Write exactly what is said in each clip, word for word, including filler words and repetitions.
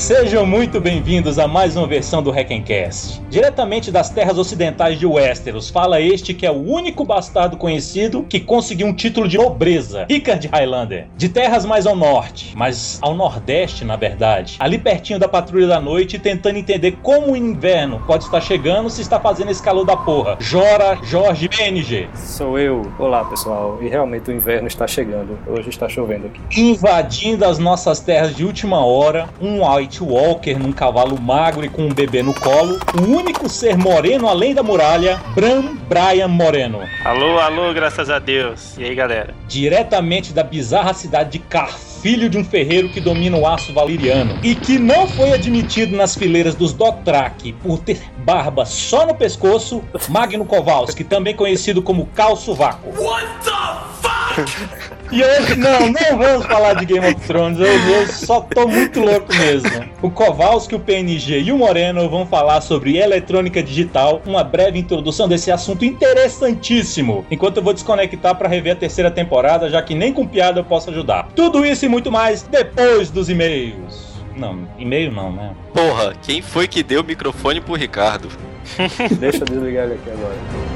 Sejam muito bem-vindos a mais uma versão do Hackencast. Diretamente das terras ocidentais de Westeros, fala este que é o único bastardo conhecido que conseguiu um título de nobreza, Rickard Highlander. De terras mais ao norte, mas ao nordeste, na verdade, ali pertinho da Patrulha da Noite, tentando entender como o inverno pode estar chegando se está fazendo esse calor da porra. Jora Jorge B N G. Sou eu. Olá, pessoal. E realmente o inverno está chegando. Hoje está chovendo aqui. Invadindo as nossas terras de última hora, um White Walker num cavalo magro e com um bebê no colo, o único ser moreno além da muralha, Bran Brian Moreno. Alô, alô, graças a Deus. E aí, galera? Diretamente da bizarra cidade de Car, filho de um ferreiro que domina o aço valeriano e que não foi admitido nas fileiras dos Dothraki por ter barba só no pescoço, Magno Kowalski, também conhecido como Calço Vácuo. What the fuck? E hoje, não, não vamos falar de Game of Thrones, eu, eu só tô muito louco mesmo. O Kowalski, o P N G e o Moreno vão falar sobre eletrônica digital, uma breve introdução desse assunto interessantíssimo, enquanto eu vou desconectar pra rever a terceira temporada, já que nem com piada eu posso ajudar. Tudo isso e muito mais depois dos e-mails. Não, e-mail não, né? Porra, quem foi que deu o microfone pro Ricardo? Deixa eu desligar ele aqui agora.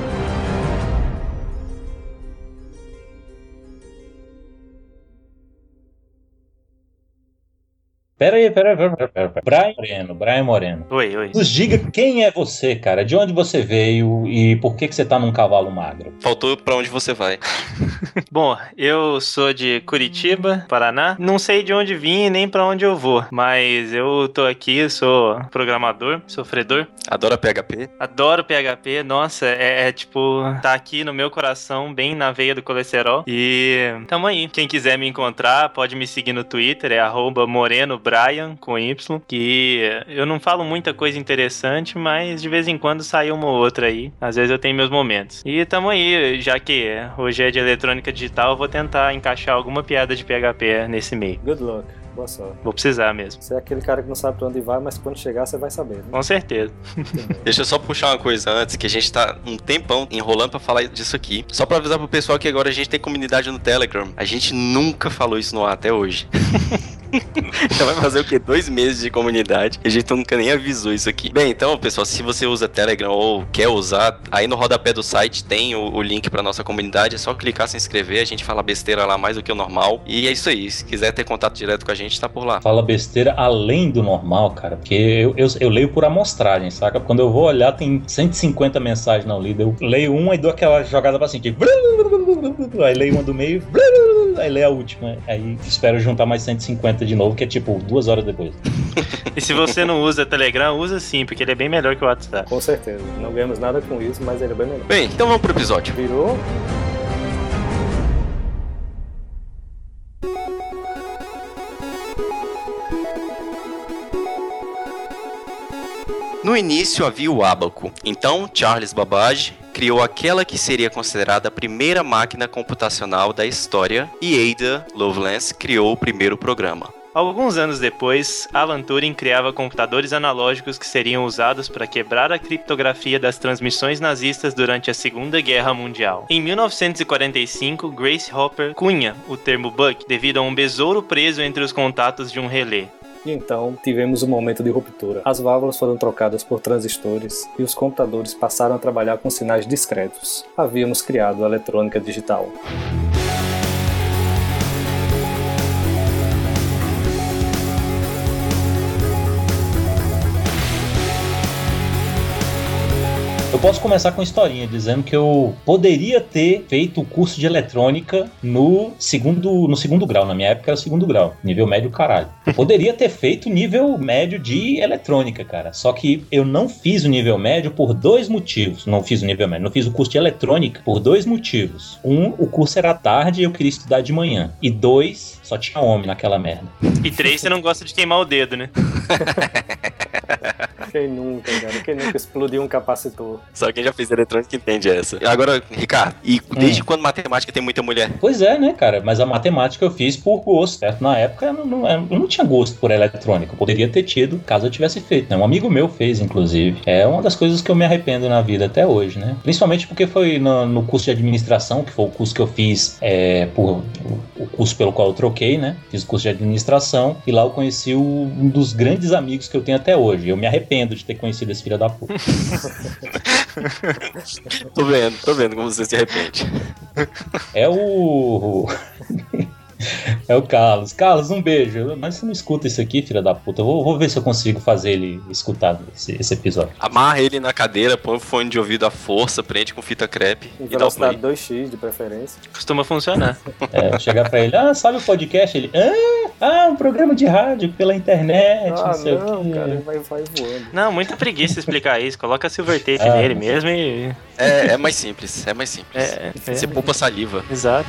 Pera aí, pera aí, pera aí, pera aí. Brian Moreno, Brian Moreno. Oi, oi. Nos diga quem é você, cara, de onde você veio e por que que você tá num cavalo magro. Faltou pra onde você vai. Bom, eu sou de Curitiba, Paraná. Não sei de onde vim nem pra onde eu vou, mas eu tô aqui, sou programador, sofredor. Adora P H P? Adoro P H P, nossa, é, é tipo, tá aqui no meu coração, bem na veia do colesterol. E tamo aí. Quem quiser me encontrar, pode me seguir no Twitter, é arroba Moreno Brian, com Y, que eu não falo muita coisa interessante, mas de vez em quando sai uma ou outra aí. Às vezes eu tenho meus momentos. E tamo aí, já que hoje é de eletrônica digital, eu vou tentar encaixar alguma piada de P H P nesse meio. Good luck. Boa sorte. Vou precisar mesmo. Você é aquele cara que não sabe pra onde vai, mas quando chegar você vai saber, né? Com certeza. Deixa eu só puxar uma coisa antes, que a gente tá um tempão enrolando pra falar disso aqui. Só pra avisar pro pessoal que agora a gente tem comunidade no Telegram. A gente nunca falou isso no ar até hoje. Então vai fazer o quê? Dois meses de comunidade e a gente nunca nem avisou isso aqui. Bem, então, pessoal, se você usa Telegram ou quer usar, aí no rodapé do site tem o, o link pra nossa comunidade. É só clicar, se inscrever. A gente fala besteira lá mais do que o normal. E é isso aí. Se quiser ter contato direto com a gente, tá por lá. Fala besteira além do normal, cara. Porque eu, eu, eu leio por amostragem, saca? Quando eu vou olhar, tem cento e cinquenta mensagens não lidas. Eu leio uma e dou aquela jogada pra assim, tipo... Aí leio uma do meio... Aí leio a última. Aí espero juntar mais cento e cinquenta de novo, que é tipo duas horas depois. E se você não usa Telegram, usa sim, porque ele é bem melhor que o WhatsApp. Com certeza. Não ganhamos nada com isso, mas ele é bem melhor. Bem, então vamos pro episódio. Virou? No início havia o ábaco. Então, Charles Babbage criou aquela que seria considerada a primeira máquina computacional da história e Ada Lovelace criou o primeiro programa. Alguns anos depois, Alan Turing criava computadores analógicos que seriam usados para quebrar a criptografia das transmissões nazistas durante a Segunda Guerra Mundial. Em mil novecentos e quarenta e cinco, Grace Hopper cunha o termo bug devido a um besouro preso entre os contatos de um relé. E então tivemos um momento de ruptura. As válvulas foram trocadas por transistores e os computadores passaram a trabalhar com sinais discretos. Havíamos criado a eletrônica digital. Eu posso começar com uma historinha dizendo que eu poderia ter feito o curso de eletrônica no segundo, no segundo grau. Na minha época era o segundo grau, nível médio caralho. Eu poderia ter feito nível médio de eletrônica, cara. Só que eu não fiz o nível médio por dois motivos. Não fiz o nível médio, não fiz o curso de eletrônica por dois motivos. Um, o curso era à tarde e eu queria estudar de manhã. E dois, só tinha homem naquela merda. E três, você não gosta de queimar o dedo, né? Quem nunca, cara? Quem nunca explodiu um capacitor? Só quem já fez eletrônica entende essa. Agora, Ricardo, e desde Hum. quando matemática tem muita mulher? Pois é, né, cara? Mas a matemática eu fiz por gosto, certo? Na época eu não, não- eu não tinha gosto por eletrônica. Eu poderia ter tido caso eu tivesse feito, né? Um amigo meu fez, inclusive. É uma das coisas que eu me arrependo na vida até hoje, né? Principalmente porque foi no, no curso de administração, que foi o curso que eu fiz, é, por, o curso pelo qual eu troquei, né? Fiz o curso de administração e lá eu conheci o- um dos grandes amigos que eu tenho até hoje. Eu me arrependo de ter conhecido esse filho da puta. Tô vendo, tô vendo como você se arrepende. É o. É o Carlos. Carlos, um beijo. Mas você não escuta isso aqui, filha da puta. Eu vou, vou ver se eu consigo fazer ele escutar esse, esse episódio. Amarra ele na cadeira, põe o fone de ouvido à força, prende com fita crepe Em e dá o velocidade play. dois x de preferência. Costuma funcionar. É, chegar pra ele, ah, sabe o podcast? Ele, ah, ah, um programa de rádio pela internet, não Ah, sei não, o quê. cara, ele vai, vai voando. Não, muita preguiça explicar isso. Coloca silver tape Ah. nele mesmo e. É, é mais simples, é mais simples. É, é. Você poupa saliva. Exato.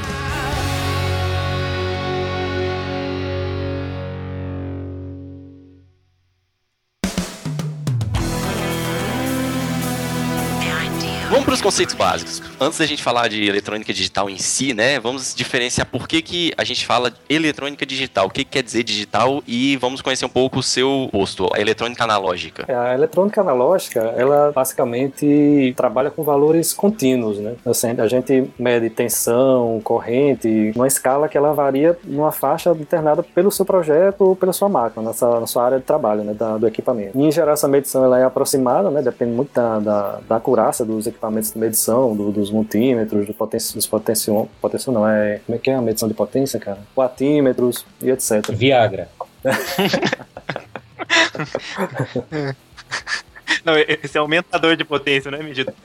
Vamos para os conceitos básicos. Antes da gente falar de eletrônica digital em si, né? Vamos diferenciar por que, que a gente fala de eletrônica digital, o que, que quer dizer digital e vamos conhecer um pouco o seu posto, a eletrônica analógica. É, a eletrônica analógica, ela basicamente trabalha com valores contínuos, né? Assim, a gente mede tensão, corrente, numa escala que ela varia numa faixa determinada pelo seu projeto ou pela sua máquina, na sua, na sua área de trabalho, né? Da, do equipamento. E, em geral, essa medição ela é aproximada, né? Depende muito da, da, da acurácia dos equipamentos de medição, do, dos multímetros, do poten dos potenciômetros, potência não, é, como é que é a medição de potência, cara? Watímetros e etcétera. Viagra. Não, esse é aumentador de potência, não é medidor?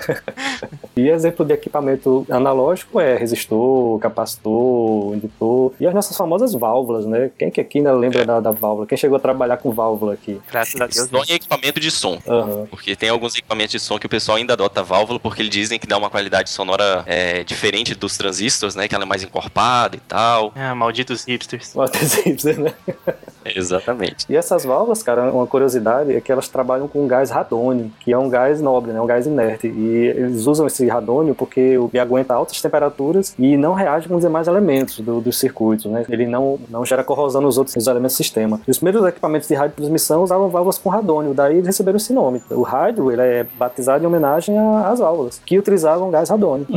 E exemplo de equipamento analógico é resistor, capacitor, indutor e as nossas famosas válvulas, né? Quem que aqui ainda lembra É. da, da válvula? Quem chegou a trabalhar com válvula aqui? Graças a Deus. Som e equipamento de som. Aham. Porque tem alguns equipamentos de som que o pessoal ainda adota válvula porque eles dizem que dá uma qualidade sonora é, diferente dos transistores, né? Que ela é mais encorpada e tal. Ah, malditos hipsters. O adesivo, né? Exatamente. E essas válvulas, cara, uma curiosidade é que elas trabalham com gás radônio, que é um gás nobre, né? Um gás inerte. E eles usam esse radônio porque ele aguenta altas temperaturas e não reage com os demais elementos do, dos circuitos, né? Ele não, não gera corrosão nos outros nos elementos do sistema. E os primeiros equipamentos de radiotransmissão usavam válvulas com radônio, daí eles receberam esse nome. O rádio, ele é batizado em homenagem a- às válvulas, que utilizavam gás radônio.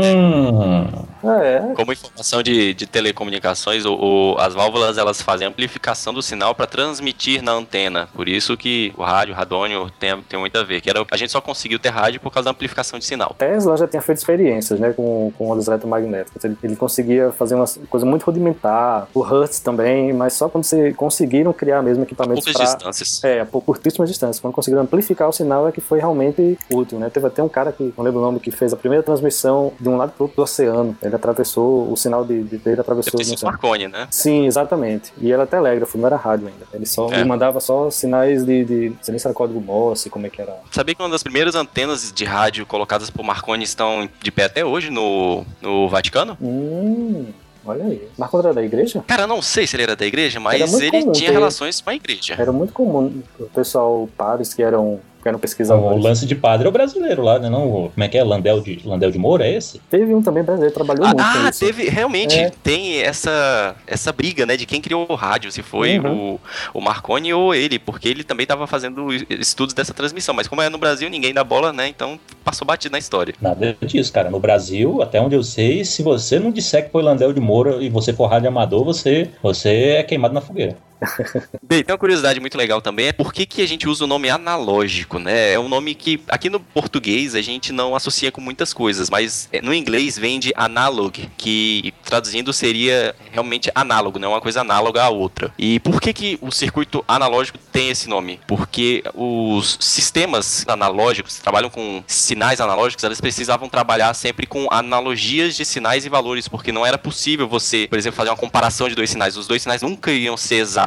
Hum. É, Como informação de, de telecomunicações, o, o- as válvulas elas fazem amplificação do sinal para transmitir na antena. Por isso que o rádio, o radônio tem, tem muito a ver. Que era, a gente só conseguiu ter rádio por causa da amplificação de sinal. Tesla já tinha feito experiências, né, com, com ondas eletromagnéticas. Ele, ele conseguia fazer uma coisa muito rudimentar, o Hertz também, mas só quando você conseguiram criar mesmo equipamentos Poucas para... distâncias. É, por curtíssimas distâncias. Quando conseguiram amplificar o sinal é que foi realmente útil, né? Teve até um cara que, não lembro o nome, que fez a primeira transmissão de um lado pro outro do oceano. Ele atravessou, o sinal de, de, dele atravessou Deve ter no sido oceano. Marconi, né? Sim, exatamente. E era telégrafo, não era rádio ainda. Ele só É. ele mandava só sinais de, de... Não sei nem se era código Morse, como é que era. Sabia que uma das primeiras antenas de rádio colocadas por Marconi estão de pé até hoje no, no Vaticano? Hum... Olha aí. Marco André da igreja? Cara, eu não sei se ele era da igreja, Era mas muito ele comum tinha ter- relações com a igreja. Era muito comum o pessoal, padres que eram, que eram O pesquisadores. lance de padre é o brasileiro lá, né? Não, o- como é que é? Landel de, Landel de Moura, é esse? Teve um também brasileiro, trabalhou muito com Ah, isso. teve, realmente, É. tem essa, essa briga, né, de quem criou o rádio, se foi Uhum. o, o Marconi ou ele, porque ele também estava fazendo estudos dessa transmissão, mas como é no Brasil, ninguém dá bola, né, então passou batido na história. Nada disso, cara. No Brasil, até onde eu sei, se você não disser que foi Landel de Moura e você for rádio amador, você, você é queimado na fogueira. Bem, tem uma curiosidade muito legal também, é por que, que a gente usa o nome analógico, né? É um nome que, aqui no português, a gente não associa com muitas coisas, mas é, no inglês vem de analog, que traduzindo seria realmente análogo, né? Uma coisa análoga à outra. E por que que o circuito analógico tem esse nome? Porque os sistemas analógicos, que trabalham com sinais analógicos, eles precisavam trabalhar sempre com analogias de sinais e valores, porque não era possível você, por exemplo, fazer uma comparação de dois sinais. Os dois sinais nunca iriam ser exatos.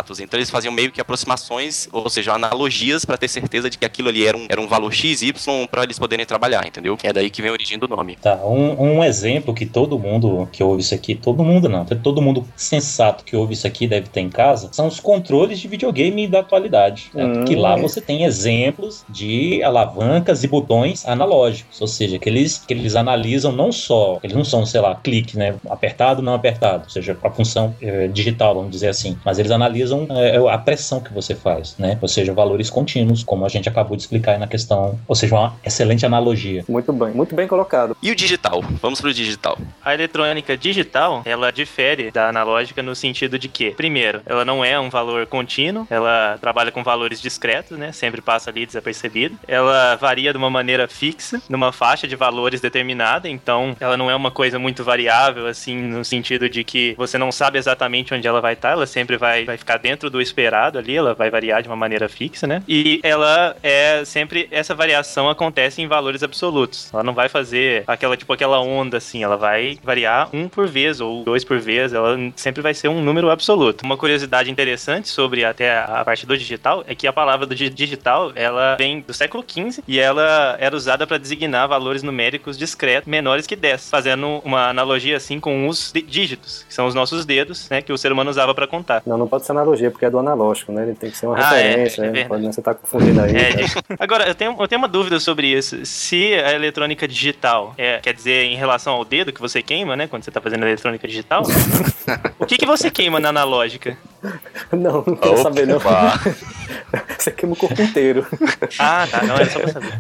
exatos. Então eles faziam meio que aproximações, ou seja, analogias para ter certeza de que aquilo ali era um, era um valor X, Y para eles poderem trabalhar, entendeu? É daí que vem a origem do nome. Tá, um, um exemplo que todo mundo que ouve isso aqui, todo mundo não, todo mundo sensato que ouve isso aqui deve ter em casa, são os controles de videogame da atualidade. Né? Hum. Porque lá você tem exemplos de alavancas e botões analógicos, ou seja, que eles, que eles analisam não só, eles não são, sei lá, clique, né, apertado, não apertado, ou seja, a função é, digital, vamos dizer assim, mas eles analisam é, a pressão que você faz, né, ou seja, valores contínuos, como a gente acabou de explicar aí na questão, ou seja, uma excelente analogia. Muito bem, muito bem colocado. E o digital? Vamos pro digital. A eletrônica digital, ela difere da analógica no sentido de que, primeiro, ela não é um valor contínuo, ela trabalha com valores discretos, né, sempre passa ali desapercebido, ela varia de uma maneira fixa, numa faixa de valores determinada, então ela não é uma coisa muito variável, assim, no sentido de que você não sabe exatamente onde ela vai estar, ela sempre vai, vai ficar dentro do esperado ali, ela vai variar de uma maneira fixa, né, e ela é sempre, essa variação acontece em valores absolutos, ela não vai fazer aquela, tipo, aquela onda, assim, ela vai variar um por vez, ou dois por vez, ela sempre vai ser um número absoluto. Uma curiosidade interessante sobre até a parte do digital, é que a palavra do digital, ela vem do século quinze, e ela era usada para designar valores numéricos discretos menores que dez, fazendo uma analogia assim com os dígitos, que são os nossos dedos, né, que o ser humano usava para contar. Não, não pode ser analogia, porque é do analógico, né, ele tem que ser uma ah, referência, é, é né? Pode, você tá confundindo aí. É, de... Agora, eu tenho, eu tenho uma dúvida sobre isso. Se a eletrônica digital, é, quer dizer, em relação ao dedo que você queima, né, quando você tá fazendo eletrônica digital, o que que você queima na analógica? Não, não quero saber não. Você queima o corpo inteiro. Ah, tá, não, era só pra saber.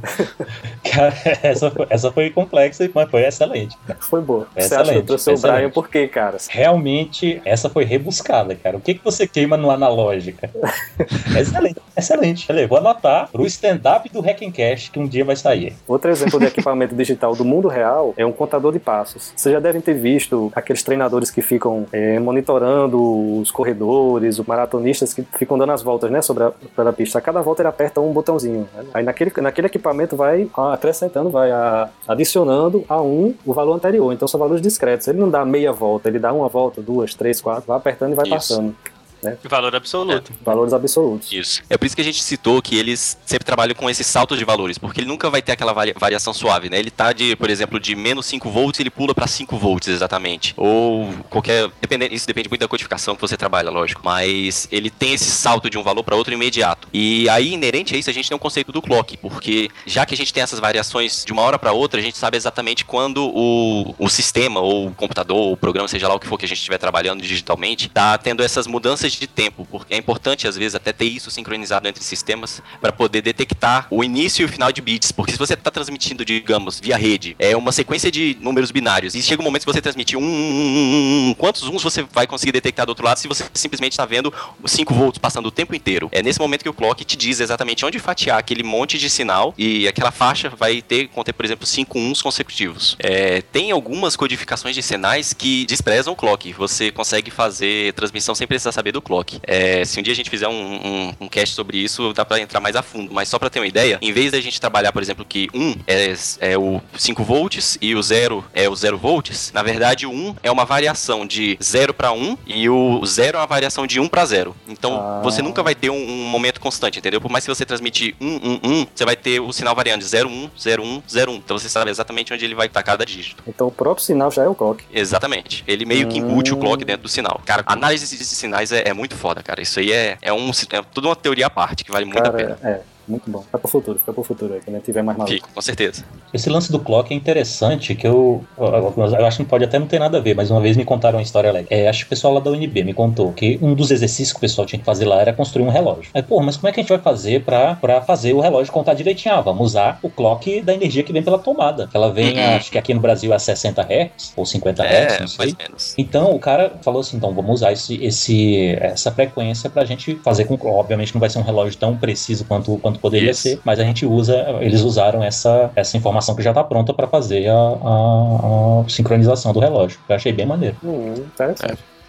Cara, essa foi, essa foi complexa, mas foi excelente. Foi boa. Foi você excelente, acha que eu trouxe o Brian por quê, cara? Realmente, essa foi rebuscada, cara. O que que você queima no analógica? Excelente, excelente. Eu vou anotar pro stand-up do Hackencast, que um dia vai sair. Outro exemplo de equipamento digital do mundo real é um contador de passos. Vocês já devem ter visto aqueles treinadores que ficam é, monitorando os corredores, os maratonistas que ficam dando as voltas, né, sobre a, pela pista. A cada volta ele aperta um botãozinho. Né? Aí naquele, naquele equipamento vai acrescentando, vai a, adicionando a um o valor anterior. Então são valores discretos. Ele não dá meia volta, ele dá uma volta, duas, três, quatro, vai apertando e vai Isso. passando. Né? Valor absoluto. É. Valores absolutos. Isso. É por isso que a gente citou que eles sempre trabalham com esses saltos de valores, porque ele nunca vai ter aquela varia- variação suave, né? Ele tá de, por exemplo, de menos cinco volts, ele pula para cinco volts exatamente. Ou qualquer... Depende, isso depende muito da codificação que você trabalha, lógico. Mas ele tem esse salto de um valor para outro imediato. E aí, inerente a isso, a gente tem um conceito do clock, porque já que a gente tem essas variações de uma hora para outra, a gente sabe exatamente quando o, o sistema, ou o computador, ou o programa, seja lá o que for que a gente estiver trabalhando digitalmente, tá tendo essas mudanças de tempo, porque é importante às vezes até ter isso sincronizado entre sistemas para poder detectar o início e o final de bits, porque se você está transmitindo, digamos, via rede, é uma sequência de números binários, e chega um momento que você transmite um, um, um, um, quantos uns você vai conseguir detectar do outro lado se você simplesmente está vendo os cinco volts passando o tempo inteiro. É nesse momento que o clock te diz exatamente onde fatiar aquele monte de sinal, e aquela faixa vai ter, conter, por exemplo, cinco uns consecutivos. É, tem algumas codificações de sinais que desprezam o clock, você consegue fazer transmissão sem precisar saber do clock. É, se um dia a gente fizer um, um, um cast sobre isso, dá pra entrar mais a fundo. Mas só pra ter uma ideia, em vez da gente trabalhar, por exemplo, que um é, é o cinco volts e o zero é o zero volts, na verdade o um é uma variação de zero para um e o zero é uma variação de um para zero. Então ah. você nunca vai ter um, um momento constante, entendeu? Por mais que você transmitir um, um, um, você vai ter o sinal variando de zero, um, zero, um, zero, um. Então você sabe exatamente onde ele vai estar cada dígito. Então o próprio sinal já é o clock. Exatamente. Ele meio hum. que embute o clock dentro do sinal. Cara, a análise de sinais é, é muito foda, cara. Isso aí é, é, um, é tudo uma teoria à parte, que vale muito cara, a pena. É, muito bom. Fica pro futuro, fica pro futuro aí, quando tiver mais maluco. Fico, com certeza. Esse lance do clock é interessante, que eu, eu, eu acho que pode até não ter nada a ver, mas uma vez me contaram uma história legal. É, acho que o pessoal lá da U N B me contou que um dos exercícios que o pessoal tinha que fazer lá era construir um relógio. Aí, pô, mas como é que a gente vai fazer pra, pra fazer o relógio contar direitinho? Ah, vamos usar o clock da energia que vem pela tomada. Ela vem, uhum. acho que aqui no Brasil, a sessenta hertz, ou cinquenta hertz, é, não sei. Mais ou menos. Então, o cara falou assim, então, vamos usar esse, esse, essa frequência pra gente fazer com... Obviamente não vai ser um relógio tão preciso quanto, quanto poderia Isso. ser, mas a gente usa, eles usaram essa, essa informação que já está pronta para fazer a, a, a sincronização do relógio. Eu achei bem maneiro. Hum, interessante. É.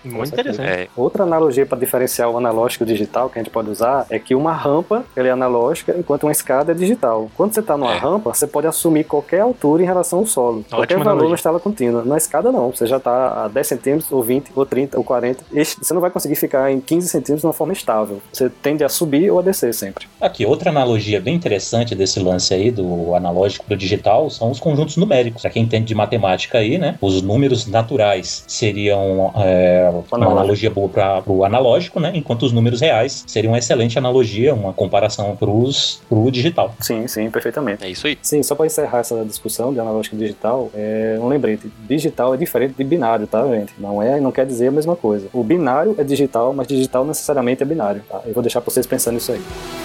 Muito interessante. É. Outra analogia para diferenciar o analógico e o digital que a gente pode usar é que uma rampa ela é analógica, enquanto uma escada é digital. Quando você está numa É. rampa, você pode assumir qualquer altura em relação ao solo. Qualquer valor analogia. na escala contínua. Na escada não, você já está a dez centímetros, ou vinte, ou trinta, ou quarenta. Este- Você não vai conseguir ficar em quinze centímetros de uma forma estável. Você tende a subir ou a descer sempre. Aqui, outra analogia bem interessante desse lance aí do analógico pro digital são os conjuntos numéricos. Para quem entende de matemática aí, né? Os números naturais seriam é, uma Analógico. analogia boa para o analógico, né? Enquanto os números reais seriam uma excelente analogia, uma comparação para o digital. Sim, sim, perfeitamente. É isso aí. Sim, só para encerrar essa discussão de analógico e digital, é um lembrete. Digital é diferente de binário, tá, gente? Não é, não quer dizer a mesma coisa. O binário é digital, mas digital necessariamente é binário, tá? Eu vou deixar para vocês pensando nisso aí.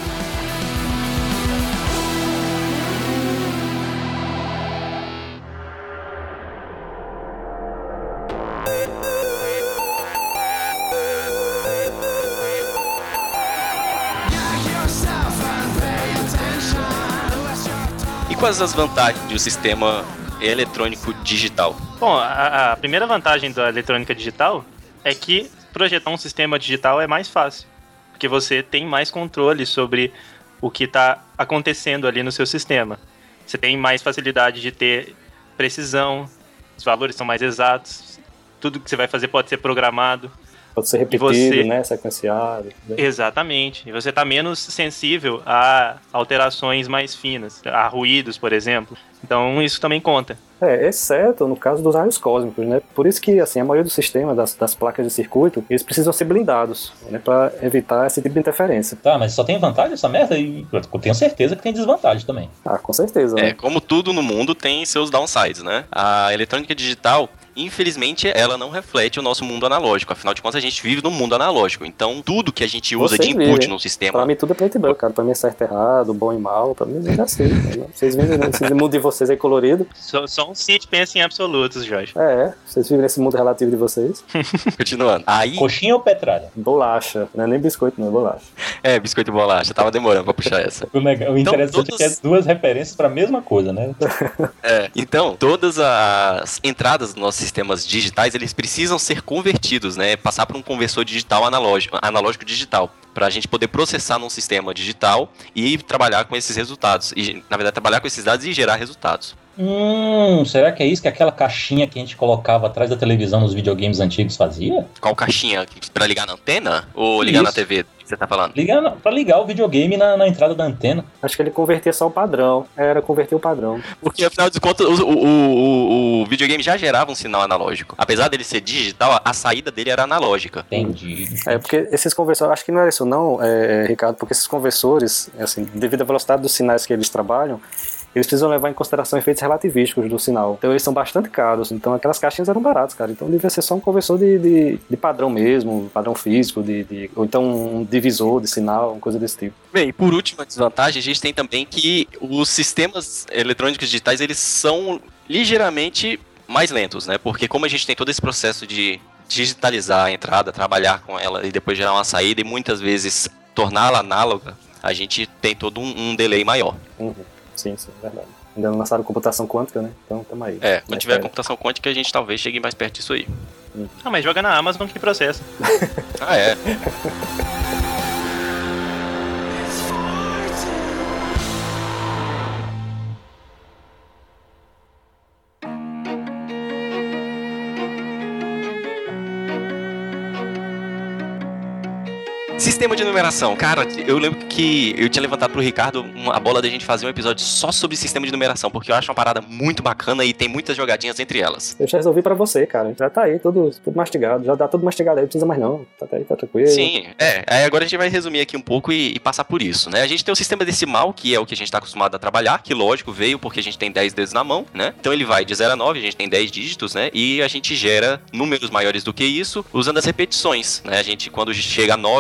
E quais as vantagens de um sistema eletrônico digital? Bom, a, a primeira vantagem da eletrônica digital é que projetar um sistema digital é mais fácil, porque você tem mais controle sobre o que está acontecendo ali no seu sistema. Você tem mais facilidade de ter precisão, os valores são mais exatos, tudo que você vai fazer pode ser programado. Pode ser repetido, você- né? Sequenciado. Né? Exatamente. E você está menos sensível a alterações mais finas, a ruídos, por exemplo. Então isso também conta. É, exceto no caso dos raios cósmicos, né? Por isso que, assim, a maioria do sistema das, das placas de circuito, eles precisam ser blindados, né? Para evitar esse tipo de interferência. Tá, mas só tem vantagem essa merda? E eu tenho certeza que tem desvantagem também. Ah, com certeza, É, né? como tudo no mundo tem seus downsides, né? A eletrônica digital, infelizmente, ela não reflete o nosso mundo analógico. Afinal de contas, a gente vive num mundo analógico. Então, tudo que a gente usa Vocês de input vivem. no Pra sistema... mim tudo é preto e branco, cara. Pra mim é certo e errado, bom e mal. Pra mim é assim. Né? Vocês vivem nesse mundo de vocês aí colorido. Só, só um Cid pensa em absolutos, Jorge. É, é. Vocês vivem nesse mundo relativo de vocês. Continuando. Aí, Coxinha ou petralha? Bolacha. Não é nem biscoito, não é bolacha. é, biscoito e bolacha. Tava demorando pra puxar essa. O, neg- o interessante todos- é que é duas referências para a mesma coisa, né? É, então, todas as entradas dos nossos sistemas digitais, eles precisam ser convertidos, né? Passar por um conversor digital analógico, analógico digital, para a gente poder processar num sistema digital e trabalhar com esses resultados. E, na verdade, trabalhar com esses dados e gerar resultados. Hum, será que é isso que aquela caixinha que a gente colocava atrás da televisão nos videogames antigos fazia? Qual caixinha? Pra ligar na antena? Ou ligar na Isso. T V? Que você tá falando? Ligar na- pra ligar o videogame na, na entrada da antena. Acho que ele convertia só o padrão. Era converter o padrão. Porque, afinal de contas, o, o, o, o videogame já gerava um sinal analógico. Apesar dele ser digital, a saída dele era analógica. Entendi. É, porque esses conversores, acho que não era isso não, é, Ricardo, porque esses conversores, assim, devido à velocidade dos sinais que eles trabalham, eles precisam levar em consideração efeitos relativísticos do sinal. Então eles são bastante caros. Então aquelas caixinhas eram baratas, cara. Então devia ser só um conversor de, de, de padrão mesmo, padrão físico, de, de, ou então um divisor de sinal, uma coisa desse tipo. Bem, e por última desvantagem, a gente tem também que os sistemas eletrônicos digitais, eles são ligeiramente mais lentos, né? Porque como a gente tem todo esse processo de digitalizar a entrada, trabalhar com ela e depois gerar uma saída e muitas vezes torná-la análoga, a gente tem todo um, um delay maior. Uhum. Sim, sim, verdade. Ainda não lançaram computação quântica, né? Então tamo aí. É, quando Mais tiver perto. computação quântica, a gente talvez chegue mais perto disso aí. Ah, mas joga na Amazon que processa. Ah, é. Sistema de numeração. Cara, eu lembro que eu tinha levantado pro Ricardo uma, a bola da gente fazer um episódio só sobre sistema de numeração, porque eu acho uma parada muito bacana e tem muitas jogadinhas entre elas. Eu já resolvi pra você, cara. Já tá aí, tudo, tudo mastigado. Já dá tudo mastigado aí, não precisa mais não. Tá aí, tá tranquilo. Sim, é. Aí agora a gente vai resumir aqui um pouco e, e passar por isso, né? A gente tem o sistema decimal, que é o que a gente tá acostumado a trabalhar, que lógico veio porque a gente tem dez dedos na mão, né? Então ele vai de zero a nove, a gente tem dez dígitos, né? E a gente gera números maiores do que isso usando as repetições, né? A gente, quando chega a nove, a gente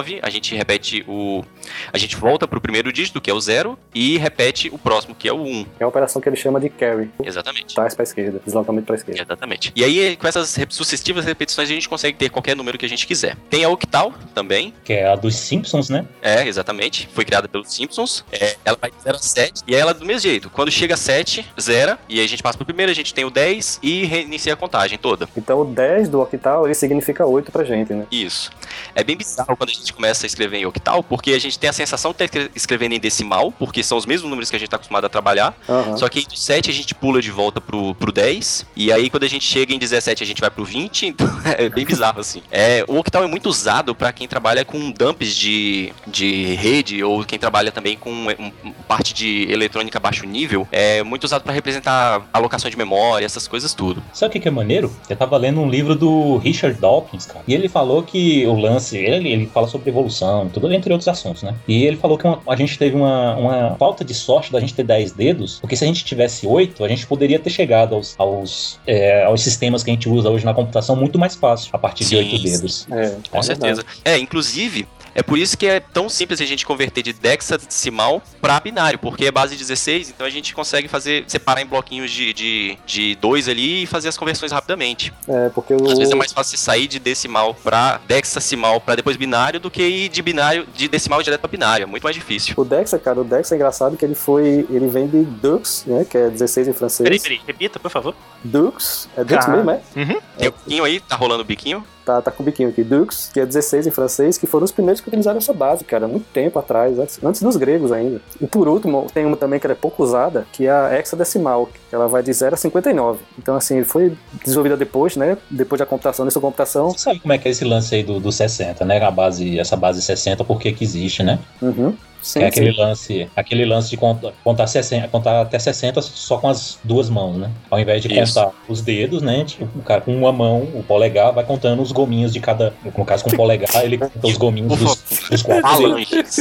gente repete o... A gente volta pro primeiro dígito, que é o zero, e repete o próximo, que é o um. É a operação que ele chama de carry. Exatamente. Trás pra esquerda, deslocamento pra esquerda. Exatamente. E aí, com essas sucessivas repetições, a gente consegue ter qualquer número que a gente quiser. Tem a octal também. Que é a dos Simpsons, né? É, exatamente. Foi criada pelos Simpsons. É, ela vai de zero a sete. E aí ela é do mesmo jeito. Quando chega a sete, zera. E aí a gente passa pro primeiro, a gente tem o dez e reinicia a contagem toda. Então o dez do octal, ele significa oito pra gente, né? Isso. É bem bizarro quando a gente começa a escrever em octal, porque a gente tem a sensação de estar escrevendo em decimal, porque são os mesmos números que a gente tá acostumado a trabalhar. Uhum. Só que do sete a gente pula de volta pro, pro dez. E aí quando a gente chega em dezessete, a gente vai pro vinte. Então é bem bizarro, assim. É, o octal é muito usado pra quem trabalha com dumps de, de rede, ou quem trabalha também com um, um, parte de eletrônica baixo nível. É muito usado pra representar alocação de memória, essas coisas tudo. Sabe o que, que é maneiro? Eu tava lendo um livro do Richard Dawkins, cara. E ele falou que o lance... Ele, ele fala sobre evolução, tudo, entre outros assuntos, né? E ele falou que uma, a gente teve uma, uma falta de sorte da gente ter dez dedos, porque se a gente tivesse oito, a gente poderia ter chegado aos, aos, é, aos sistemas que a gente usa hoje na computação muito mais fácil, a partir sim, de oito dedos. É, com é certeza. É, inclusive... É por isso que é tão simples a gente converter de hexadecimal para binário, porque é base dezesseis, então a gente consegue fazer, separar em bloquinhos de, de, de dois ali e fazer as conversões rapidamente. É, porque o... Às vezes é mais fácil você sair de decimal para hexadecimal para depois binário do que ir de binário, de decimal direto para binário, é muito mais difícil. O dexa, cara, o dexa é engraçado que ele foi, ele vem de dux, né, que é dezesseis em francês. Peraí, peraí, repita, por favor. Dux, é dux ah. mesmo, é? Uhum. Tem o biquinho aí, tá rolando o biquinho? Tá, tá com o biquinho aqui, dux, que é dezesseis em francês, que foram os primeiros que utilizaram essa base, cara, muito tempo atrás, antes, antes dos gregos ainda. E por último, tem uma também que ela é pouco usada, que é a hexadecimal, que ela vai de zero a cinquenta e nove. Então, assim, foi desenvolvida depois, né, depois da computação, nessa computação. Você sabe como é que é esse lance aí do, do sessenta, né, a base, essa base sessenta, por que que existe, né? Uhum. Sim, é aquele sim. lance, aquele lance de contar, contar, sessenta, contar até sessenta só com as duas mãos, né? Ao invés de Isso. contar os dedos, né? Tipo, o cara com uma mão, o polegar, vai contando os gominhos de cada. No caso, com o polegar, ele conta os gominhos dos, dos quatro dedos.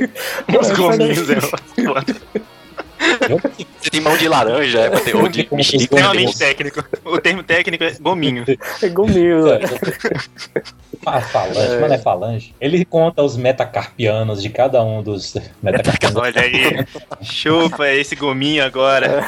Os gominhos, é. Você tem mão de laranja, é pra ter ou de mexerica. Extremamente técnico. O termo técnico é gominho. É gominho, né? Ah, falange, é. Mas não é falange. Ele conta os metacarpianos de cada um dos metacarpianos. Olha aí, chupa esse gominho agora.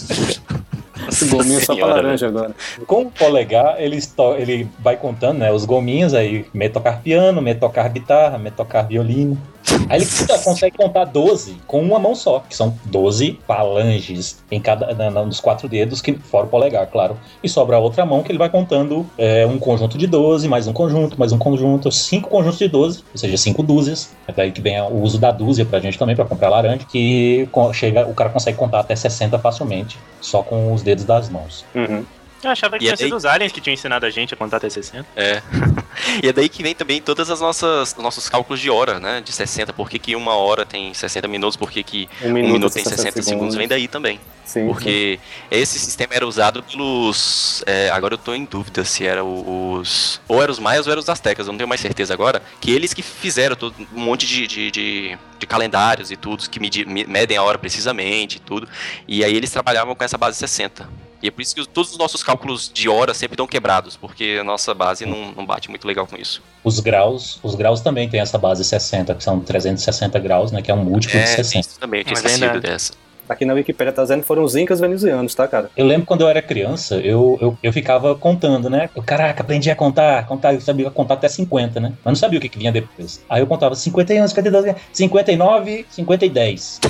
Esse gominho só pra laranja agora. Com o polegar, ele, ele vai contando, né, os gominhos aí, metocarpiano, metocarbitarra, metocarviolino. Aí ele consegue contar doze com uma mão só, que são doze falanges em cada, na, nos quatro dedos, que, fora o polegar, claro. E sobra a outra mão que ele vai contando é, um conjunto de doze, mais um conjunto, mais um conjunto, cinco conjuntos de doze, ou seja, cinco dúzias. É daí que vem o uso da dúzia pra gente também, pra comprar laranja, que chega, o cara consegue contar até sessenta facilmente, só com os dedos das mãos. Uhum. Eu achava que e tinha é daí... sido os aliens que tinham ensinado a gente a contar até sessenta. É. E é daí que vem também todas as nossas nossos cálculos de hora, né? De sessenta. Por que, que uma hora tem sessenta minutos? Por que, que um, um minuto, minuto tem sessenta segundos. segundos? Vem daí também. Sim, porque sim. Esse sistema era usado pelos... É, agora eu tô em dúvida se era os... Ou eram os maias ou eram os astecas, eu não tenho mais certeza agora. Que eles que fizeram todo, um monte de, de, de, de calendários e tudo, que medir, medem a hora precisamente e tudo. E aí eles trabalhavam com essa base sessenta. E é por isso que todos os nossos cálculos de hora sempre estão quebrados, porque a nossa base não, não bate muito legal com isso. Os graus, os graus também tem essa base sessenta, que são trezentos e sessenta graus, né, que é um múltiplo é, de sessenta. Isso também, eu tinha esquecido dessa. Aqui na Wikipedia tá dizendo que foram os incas venezianos, tá, cara? Eu lembro quando eu era criança, eu, eu, eu ficava contando, né? Eu, caraca, aprendi a contar, contar, eu sabia contar até cinquenta, né? Mas não sabia o que, que vinha depois. Aí eu contava cinquenta e um, cinquenta e dois, cinquenta e nove, cinquenta e dez.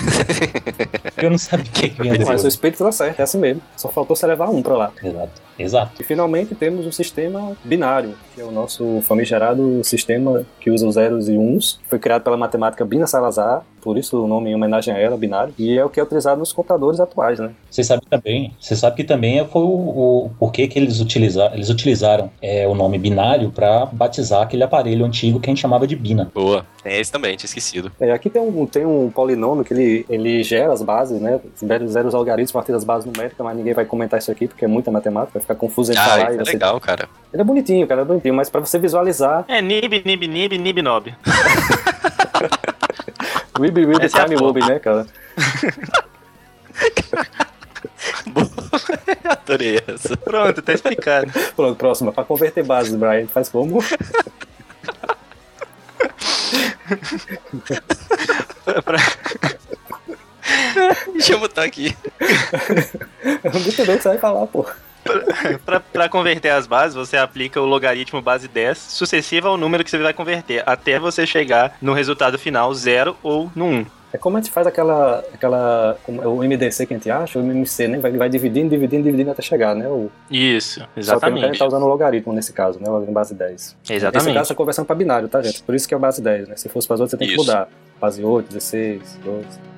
Eu não sabia o que, que vinha depois. Mas o espírito tá certo, é assim mesmo. Só faltou você levar um pra lá. Exato. Exato. E finalmente temos um sistema binário, que é o nosso famigerado sistema que usa os zeros e uns. Foi criado pela matemática Bina Salazar, por isso o nome em homenagem a ela, binário. E é o que é utilizado nos computadores atuais, né? Você sabe também, você sabe que também foi o, o porquê que eles utilizaram, eles utilizaram é, o nome binário para batizar aquele aparelho antigo que a gente chamava de bina. Boa. Tem esse também, tinha esquecido. É, aqui tem um, tem um polinômio que ele, ele gera as bases, né? Zera os algarismos a partir das bases numéricas, mas ninguém vai comentar isso aqui porque é muita matemática, vai ficar confuso em ah, falar. Ah, é legal, cara. Ele é bonitinho, cara, é bonitinho, mas pra você visualizar... É nib, nib, nib, nib, nob. Wibby, wibby, time, wobby, né, cara? Adorei essa. Pronto, tá explicado. Pronto, próxima. Pra converter bases, Brian, faz como? pra... Deixa eu botar aqui. Eu não entendo o que você vai falar, pô. Pra, pra converter as bases, você aplica o logaritmo base dez sucessivo ao número que você vai converter, até você chegar no resultado final zero ou no um. É como a gente faz aquela, aquela o M D C que a gente acha, o M M C, né? Vai, vai dividindo, dividindo, dividindo até chegar, né? O, Isso, Só que exatamente. a gente tá usando o logaritmo nesse caso, né? O logaritmo base dez. Exatamente. Nesse caso, você tá conversando pra binário, tá, gente? Por isso que é o base dez, né? Se fosse para as outras, você tem Isso. que mudar. Base oito, dezesseis, doze...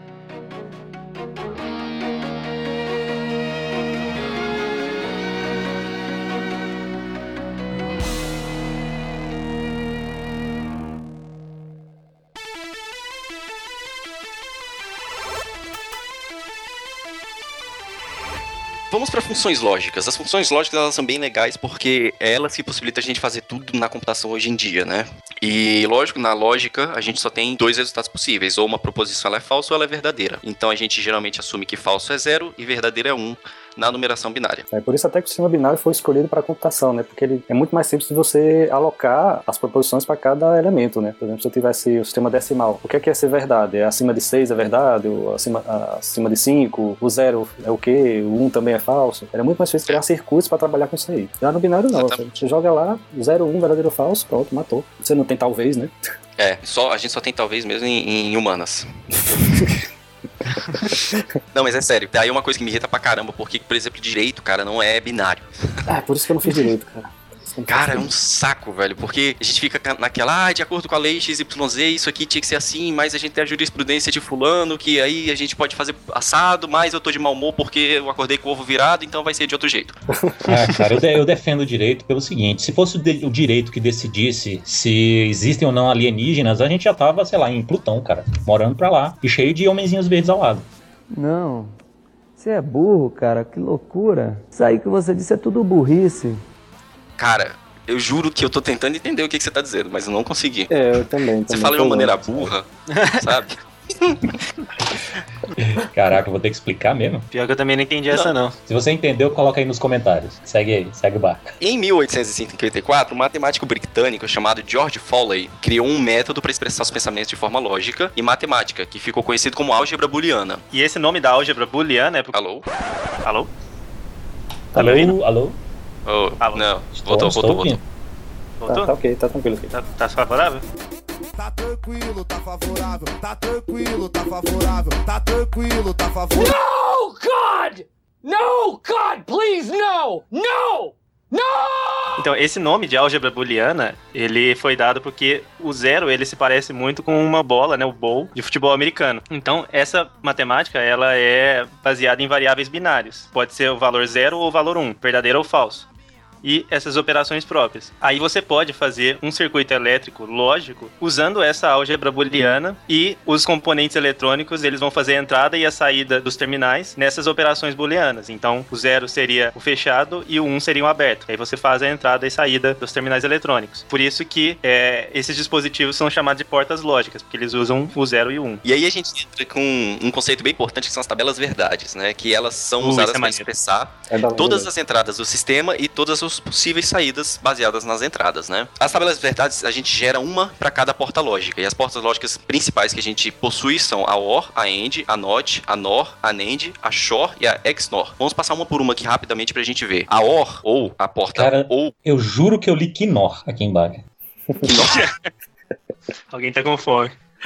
Vamos para funções lógicas. As funções lógicas, elas são bem legais porque elas que possibilitam a gente fazer tudo na computação hoje em dia, né? E, lógico, na lógica, a gente só tem dois resultados possíveis. Ou uma proposição ela é falsa ou ela é verdadeira. Então, a gente geralmente assume que falso é zero e verdadeiro é um na numeração binária. É por isso até que o sistema binário foi escolhido para a computação, né? Porque ele é muito mais simples de você alocar as proposições para cada elemento, né? Por exemplo, se eu tivesse o sistema decimal, o que é que é ser verdade? É acima de seis é verdade? Ou acima, acima de cinco? O zero é o quê? O um também é falso? Era muito mais fácil criar circuitos para trabalhar com isso aí. Já no binário não, Exatamente. Você joga lá, zero, um, verdadeiro ou falso, pronto, matou. Você não tem talvez, né? É, só, a gente só tem talvez mesmo em, em humanas. Não, mas é sério, daí uma coisa que me irrita pra caramba, porque, por exemplo, direito, cara, não é binário. Ah, por isso que eu não fiz direito, cara. Cara, é um saco, velho, porque a gente fica naquela, ah, de acordo com a lei X Y Z, isso aqui tinha que ser assim, mas a gente tem a jurisprudência de fulano, que aí a gente pode fazer assado, mas eu tô de mau humor porque eu acordei com o ovo virado, então vai ser de outro jeito. Ah, cara, eu, de, eu defendo o direito pelo seguinte, se fosse o, de, o direito que decidisse se existem ou não alienígenas, a gente já tava, sei lá, em Plutão, cara, morando pra lá, e cheio de homenzinhos verdes ao lado. Não, você é burro, cara, que loucura. Isso aí que você disse é tudo burrice. Cara, eu juro que eu tô tentando entender o que, que você tá dizendo, mas eu não consegui. É, eu também. Você também fala de uma tô maneira vendo. burra, sabe? Caraca, eu vou ter que explicar mesmo. Pior que eu também não entendi essa, não. Se você entendeu, coloca aí nos comentários. Segue aí, segue o barco. Em mil oitocentos e cinquenta e quatro, um matemático britânico chamado George Foley criou um método para expressar os pensamentos de forma lógica e matemática, que ficou conhecido como álgebra booleana. E esse nome da álgebra booleana é... Por... Alô? Alô? Tá me ouvindo? Alô? Alô? Oh, Alô? não, Estou, voltou, estou voltou, ouvindo. voltou. Tá, Voltou? tá ok, tá tranquilo aqui. Tá, tá favorável? Tá tranquilo, tá favorável, tá tranquilo, tá favorável, tá tranquilo, tá favorável. No, God! No, God, please, no! No! No! Então, esse nome de álgebra booleana, ele foi dado porque o zero, ele se parece muito com uma bola, né, o bowl, de futebol americano. Então, essa matemática, ela é baseada em variáveis binários. Pode ser o valor zero ou o valor um, verdadeiro ou falso. E essas operações próprias. Aí você pode fazer um circuito elétrico lógico usando essa álgebra booleana e os componentes eletrônicos, eles vão fazer a entrada e a saída dos terminais nessas operações booleanas. Então, o zero seria o fechado e o um seria o aberto. Aí você faz a entrada e saída dos terminais eletrônicos. Por isso que é, esses dispositivos são chamados de portas lógicas, porque eles usam o zero e o um. E aí a gente entra com um conceito bem importante, que são as tabelas verdades, né? Que elas são Uh, usadas isso é para maneiro. expressar É da todas lenda. as entradas do sistema e todas as possíveis saídas baseadas nas entradas, né? As tabelas verdades, a gente gera uma para cada porta lógica, e as portas lógicas principais que a gente possui são a OR, a AND, a NOT, a NOR, a NAND, a SHOR e a XNOR. Vamos passar uma por uma aqui rapidamente pra gente ver. A OR, ou a porta Cara, ou... eu juro que eu li Quinor aqui embaixo. Alguém tá com fome.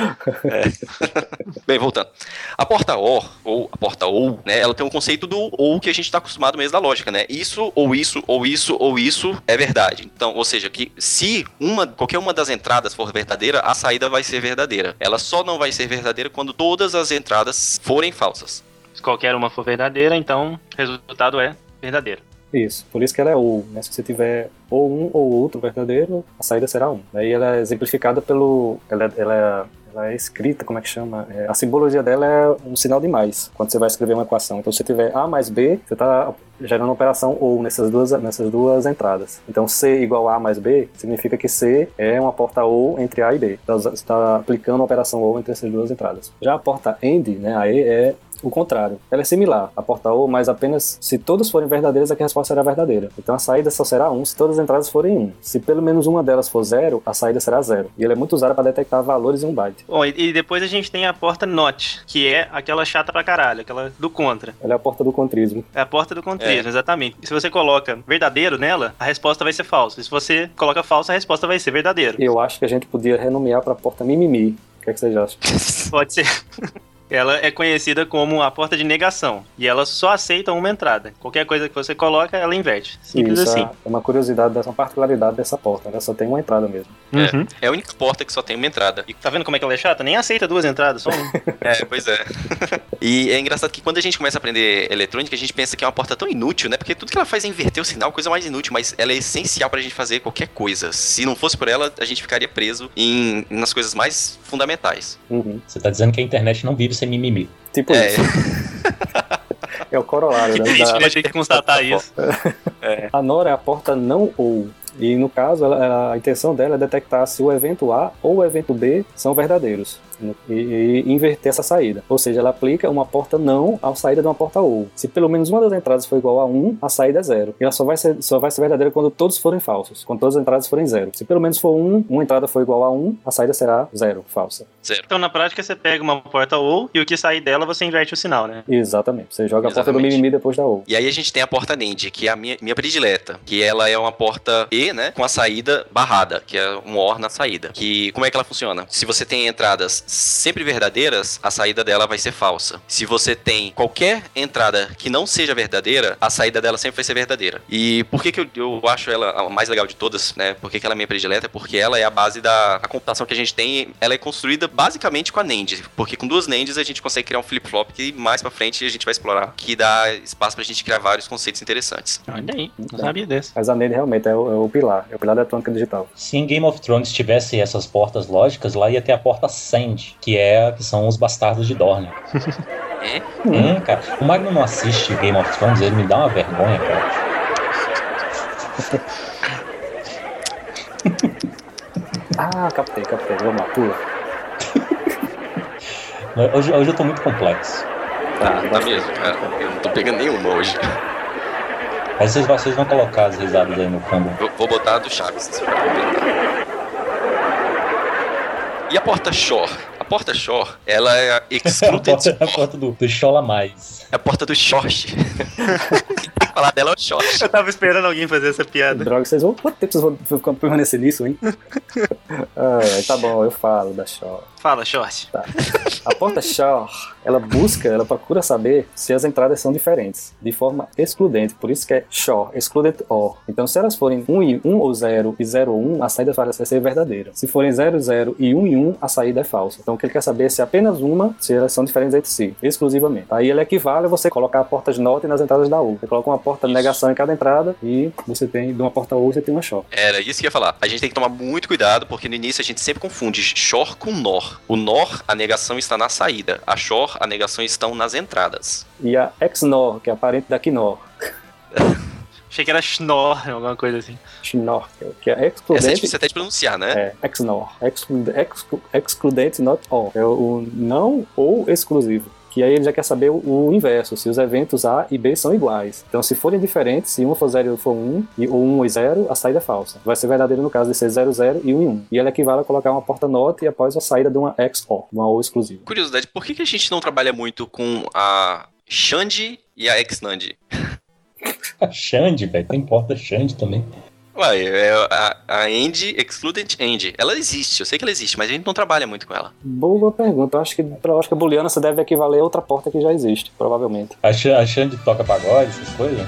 Bem, voltando. A porta OR, ou a porta OU, né, ela tem um conceito do OU que a gente tá acostumado mesmo da lógica, né? Isso, ou isso, ou isso, ou isso é verdade. Então, ou seja, que se uma, qualquer uma das entradas for verdadeira, a saída vai ser verdadeira. Ela só não vai ser verdadeira quando todas as entradas forem falsas. Se qualquer uma for verdadeira, então o resultado é verdadeiro. Isso, por isso que ela é ou, né? Se você tiver ou um ou outro verdadeiro, a saída será um. Aí ela é exemplificada pelo... Ela, ela, é, ela é escrita, como é que chama? É, a simbologia dela é um sinal de mais, quando você vai escrever uma equação. Então se você tiver A mais B, você está gerando uma operação ou nessas duas, nessas duas entradas. Então C igual A mais B, significa que C é uma porta ou entre A e B. Então você está aplicando uma operação ou entre essas duas entradas. Já a porta AND, né, a E, é o contrário. Ela é similar à porta O, mas apenas se todas forem verdadeiras, é que a resposta será verdadeira. Então a saída só será um se todas as entradas forem um. Se pelo menos uma delas for zero, a saída será zero. E ela é muito usada para detectar valores em um byte. Bom, e, e depois a gente tem a porta NOT, que é aquela chata pra caralho, aquela do contra. Ela é a porta do contrismo. É a porta do contrismo, É. exatamente. E se você coloca verdadeiro nela, a resposta vai ser falsa. E se você coloca falsa, a resposta vai ser verdadeiro. Eu acho que a gente podia renomear para a porta mimimi. O que é que vocês acham? Pode ser. Ela é conhecida como a porta de negação. E ela só aceita uma entrada. Qualquer coisa que você coloca, ela inverte. Simples Isso assim. é uma curiosidade, dessa, uma particularidade dessa porta. Ela só tem uma entrada mesmo. Uhum. É a única porta que só tem uma entrada. E tá vendo como é que ela é chata? Nem aceita duas entradas, só uma. É, pois é. E é engraçado que quando a gente começa a aprender eletrônica, a gente pensa que é uma porta tão inútil, né? Porque tudo que ela faz é inverter o sinal, coisa mais inútil, mas ela é essencial pra gente fazer qualquer coisa. Se não fosse por ela, a gente ficaria preso em, nas coisas mais fundamentais. Uhum. Você tá dizendo que a internet não vive sem mimimi. Tipo É. isso. É o corolário, Que né? triste, Da- né? Tem que constatar isso. A NOR é a porta não ou. E no caso, ela- a intenção dela é detectar se o evento A ou o evento B são verdadeiros. E, e inverter essa saída. Ou seja, ela aplica uma porta não à saída de uma porta ou. Se pelo menos uma das entradas for igual a um, a saída é zero. E ela só vai ser, só vai ser verdadeira quando todos forem falsos. Quando todas as entradas forem zero. Se pelo menos for um, uma entrada for igual a um, a saída será zero, falsa. Zero. Então, na prática, você pega uma porta ou e o que sair dela, você inverte o sinal, né? Exatamente. Você joga a porta do Exatamente. mimimi depois da ou. E aí a gente tem a porta NAND, que é a minha, minha predileta, que ela é uma porta E, né, com a saída barrada, que é um OR na saída. Que, como é que ela funciona? Se você tem entradas sempre verdadeiras, a saída dela vai ser falsa. Se você tem qualquer entrada que não seja verdadeira, a saída dela sempre vai ser verdadeira. E por que que eu, eu acho ela a mais legal de todas, né? Por que que ela é minha predileta? Porque ela é a base da a computação que a gente tem, ela é construída basicamente com a NAND, porque com duas NANDs a gente consegue criar um flip-flop que mais pra frente a gente vai explorar, que dá espaço pra gente criar vários conceitos interessantes. Olha aí, não sabia dessa. Mas a NAND realmente é o, é o pilar. É o pilar da eletrônica digital. Se em Game of Thrones tivesse essas portas lógicas, lá ia ter a porta Sand, que é que são os bastardos de Dorne. É? Hum, cara. O Magno não assiste Game of Thrones, ele me dá uma vergonha, cara. Ah, captei, captei. Vamos lá, pula. Hoje, hoje eu tô muito complexo. Tá, tá mesmo. cara. Eu não tô pegando nenhuma hoje. Mas vocês, vocês vão colocar as risadas aí no fundo. Eu vou botar a do Chaves. E a porta Shore? A porta Shore, ela é a A Excluded porta, a porta do, do Chola Mais. É a porta do Short. Quem tem que falar dela é o Short. Eu tava esperando alguém fazer essa piada. Droga, vocês vão. Quanto tempo vocês vão ficar permanecer nisso, hein? Ah, tá bom, eu falo da Shaw. Fala, Short. Tá. A porta Shaw, ela busca, ela procura saber se as entradas são diferentes, de forma excludente. Por isso que é Shaw, excluded or. Então, se elas forem um, e um ou zero e zero ou um, a saída vai ser verdadeira. Se forem zero, zero e um e um, a saída é falsa. Então, o que ele quer saber é se apenas uma, se elas são diferentes entre si, exclusivamente. Aí ele equivale a você colocar a porta de NOT nas entradas da U. Você coloca uma porta de negação em cada entrada e você tem, de uma porta U, você tem uma Shaw. Era isso que eu ia falar. A gente tem que tomar muito cuidado, porque no início a gente sempre confunde Shore com Nor. O Nor, a negação está na saída. A Shore, a negação estão nas entradas. E a X N O R, que é a parente da Knorr. Achei que era Schnorr, alguma coisa assim. Schnorr, que é Essa é excludente. difícil até de pronunciar, né? É, X N O R. Exclu- exclu- Excludente, not all. É o não ou exclusivo. Que aí ele já quer saber o, o inverso, se os eventos A e B são iguais. Então, se forem diferentes, se um for zero e for um, e, ou um e zero, a saída é falsa. Vai ser verdadeiro no caso de ser zero, zero e um e um. E ele equivale a colocar uma porta NOT e após a saída de uma X O R, uma O exclusiva. Curiosidade, por que, que a gente não trabalha muito com a Xande e a Xnand? A Xande, velho. Tem porta Xande também. Uai, é a, a End, Excluded End. Ela existe, eu sei que ela existe, mas a gente não trabalha muito com ela. Boa pergunta. Eu acho que pela lógica booleana você deve equivaler a outra porta que já existe, provavelmente. A, Xa- a Xande toca pagode, essas coisas?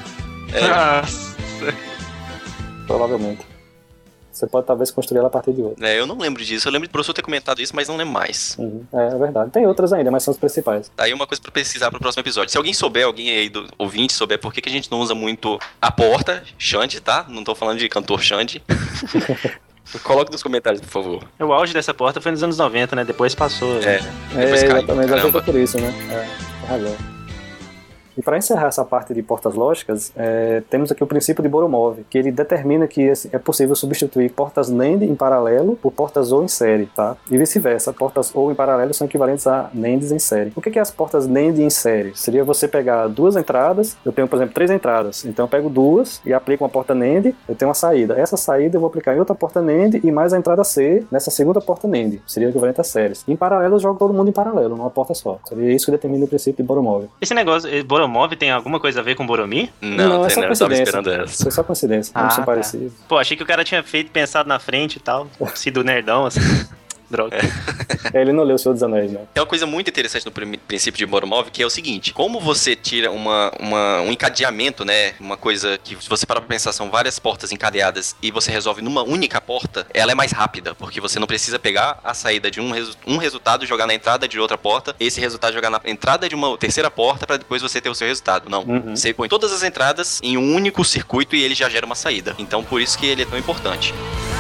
É, Provavelmente. Você pode talvez construir ela a partir de outra. é, eu não lembro disso. Eu lembro de professor ter comentado isso, mas não lembro mais. Uhum. É, é verdade. Tem outras ainda, mas são as principais. Daí uma coisa pra pesquisar pro próximo episódio. Se alguém souber, alguém aí do ouvinte souber por que, que a gente não usa muito a porta, Xande, tá? Não tô falando de cantor Xande. Coloque nos comentários, por favor. O auge dessa porta foi nos anos noventa, né? Depois passou. É, É, depois caiu, exatamente. Às vezes é caramba. por isso, né? É, tem razão. E para encerrar essa parte de portas lógicas, é, temos aqui o princípio de Boromov, que ele determina que é possível substituir portas NAND em paralelo por portas OR em série, tá? E vice-versa, portas OR em paralelo são equivalentes a NANDs em série. O que é as portas NAND em série? Seria você pegar duas entradas, eu tenho, por exemplo, três entradas, então eu pego duas e aplico uma porta NAND, eu tenho uma saída. Essa saída eu vou aplicar em outra porta NAND e mais a entrada C nessa segunda porta NAND, seria equivalente a séries. Em paralelo eu jogo todo mundo em paralelo, numa porta só. Seria isso que determina o princípio de Boromov. Esse negócio, Boromov tem alguma coisa a ver com Boromir? Não, não, não é tem, só não, eu tava coincidência. esperando essa. Foi só coincidência, não Ah, são tá. parecidos. Pô, achei que o cara tinha feito, pensado na frente e tal, sido nerdão, assim. Droga. É, ele não leu O Senhor dos Anéis, né? Tem uma coisa muito interessante no prim- princípio de Boromov, que é o seguinte: como você tira uma, uma, um encadeamento, né? Uma coisa que, se você parar pra pensar, são várias portas encadeadas e você resolve numa única porta, ela é mais rápida, porque você não precisa pegar a saída de um, resu- um resultado, jogar na entrada de outra porta, esse resultado jogar na entrada de uma terceira porta, pra depois você ter o seu resultado. Não. Uhum. Você põe todas as entradas em um único circuito e ele já gera uma saída. Então, por isso que ele é tão importante.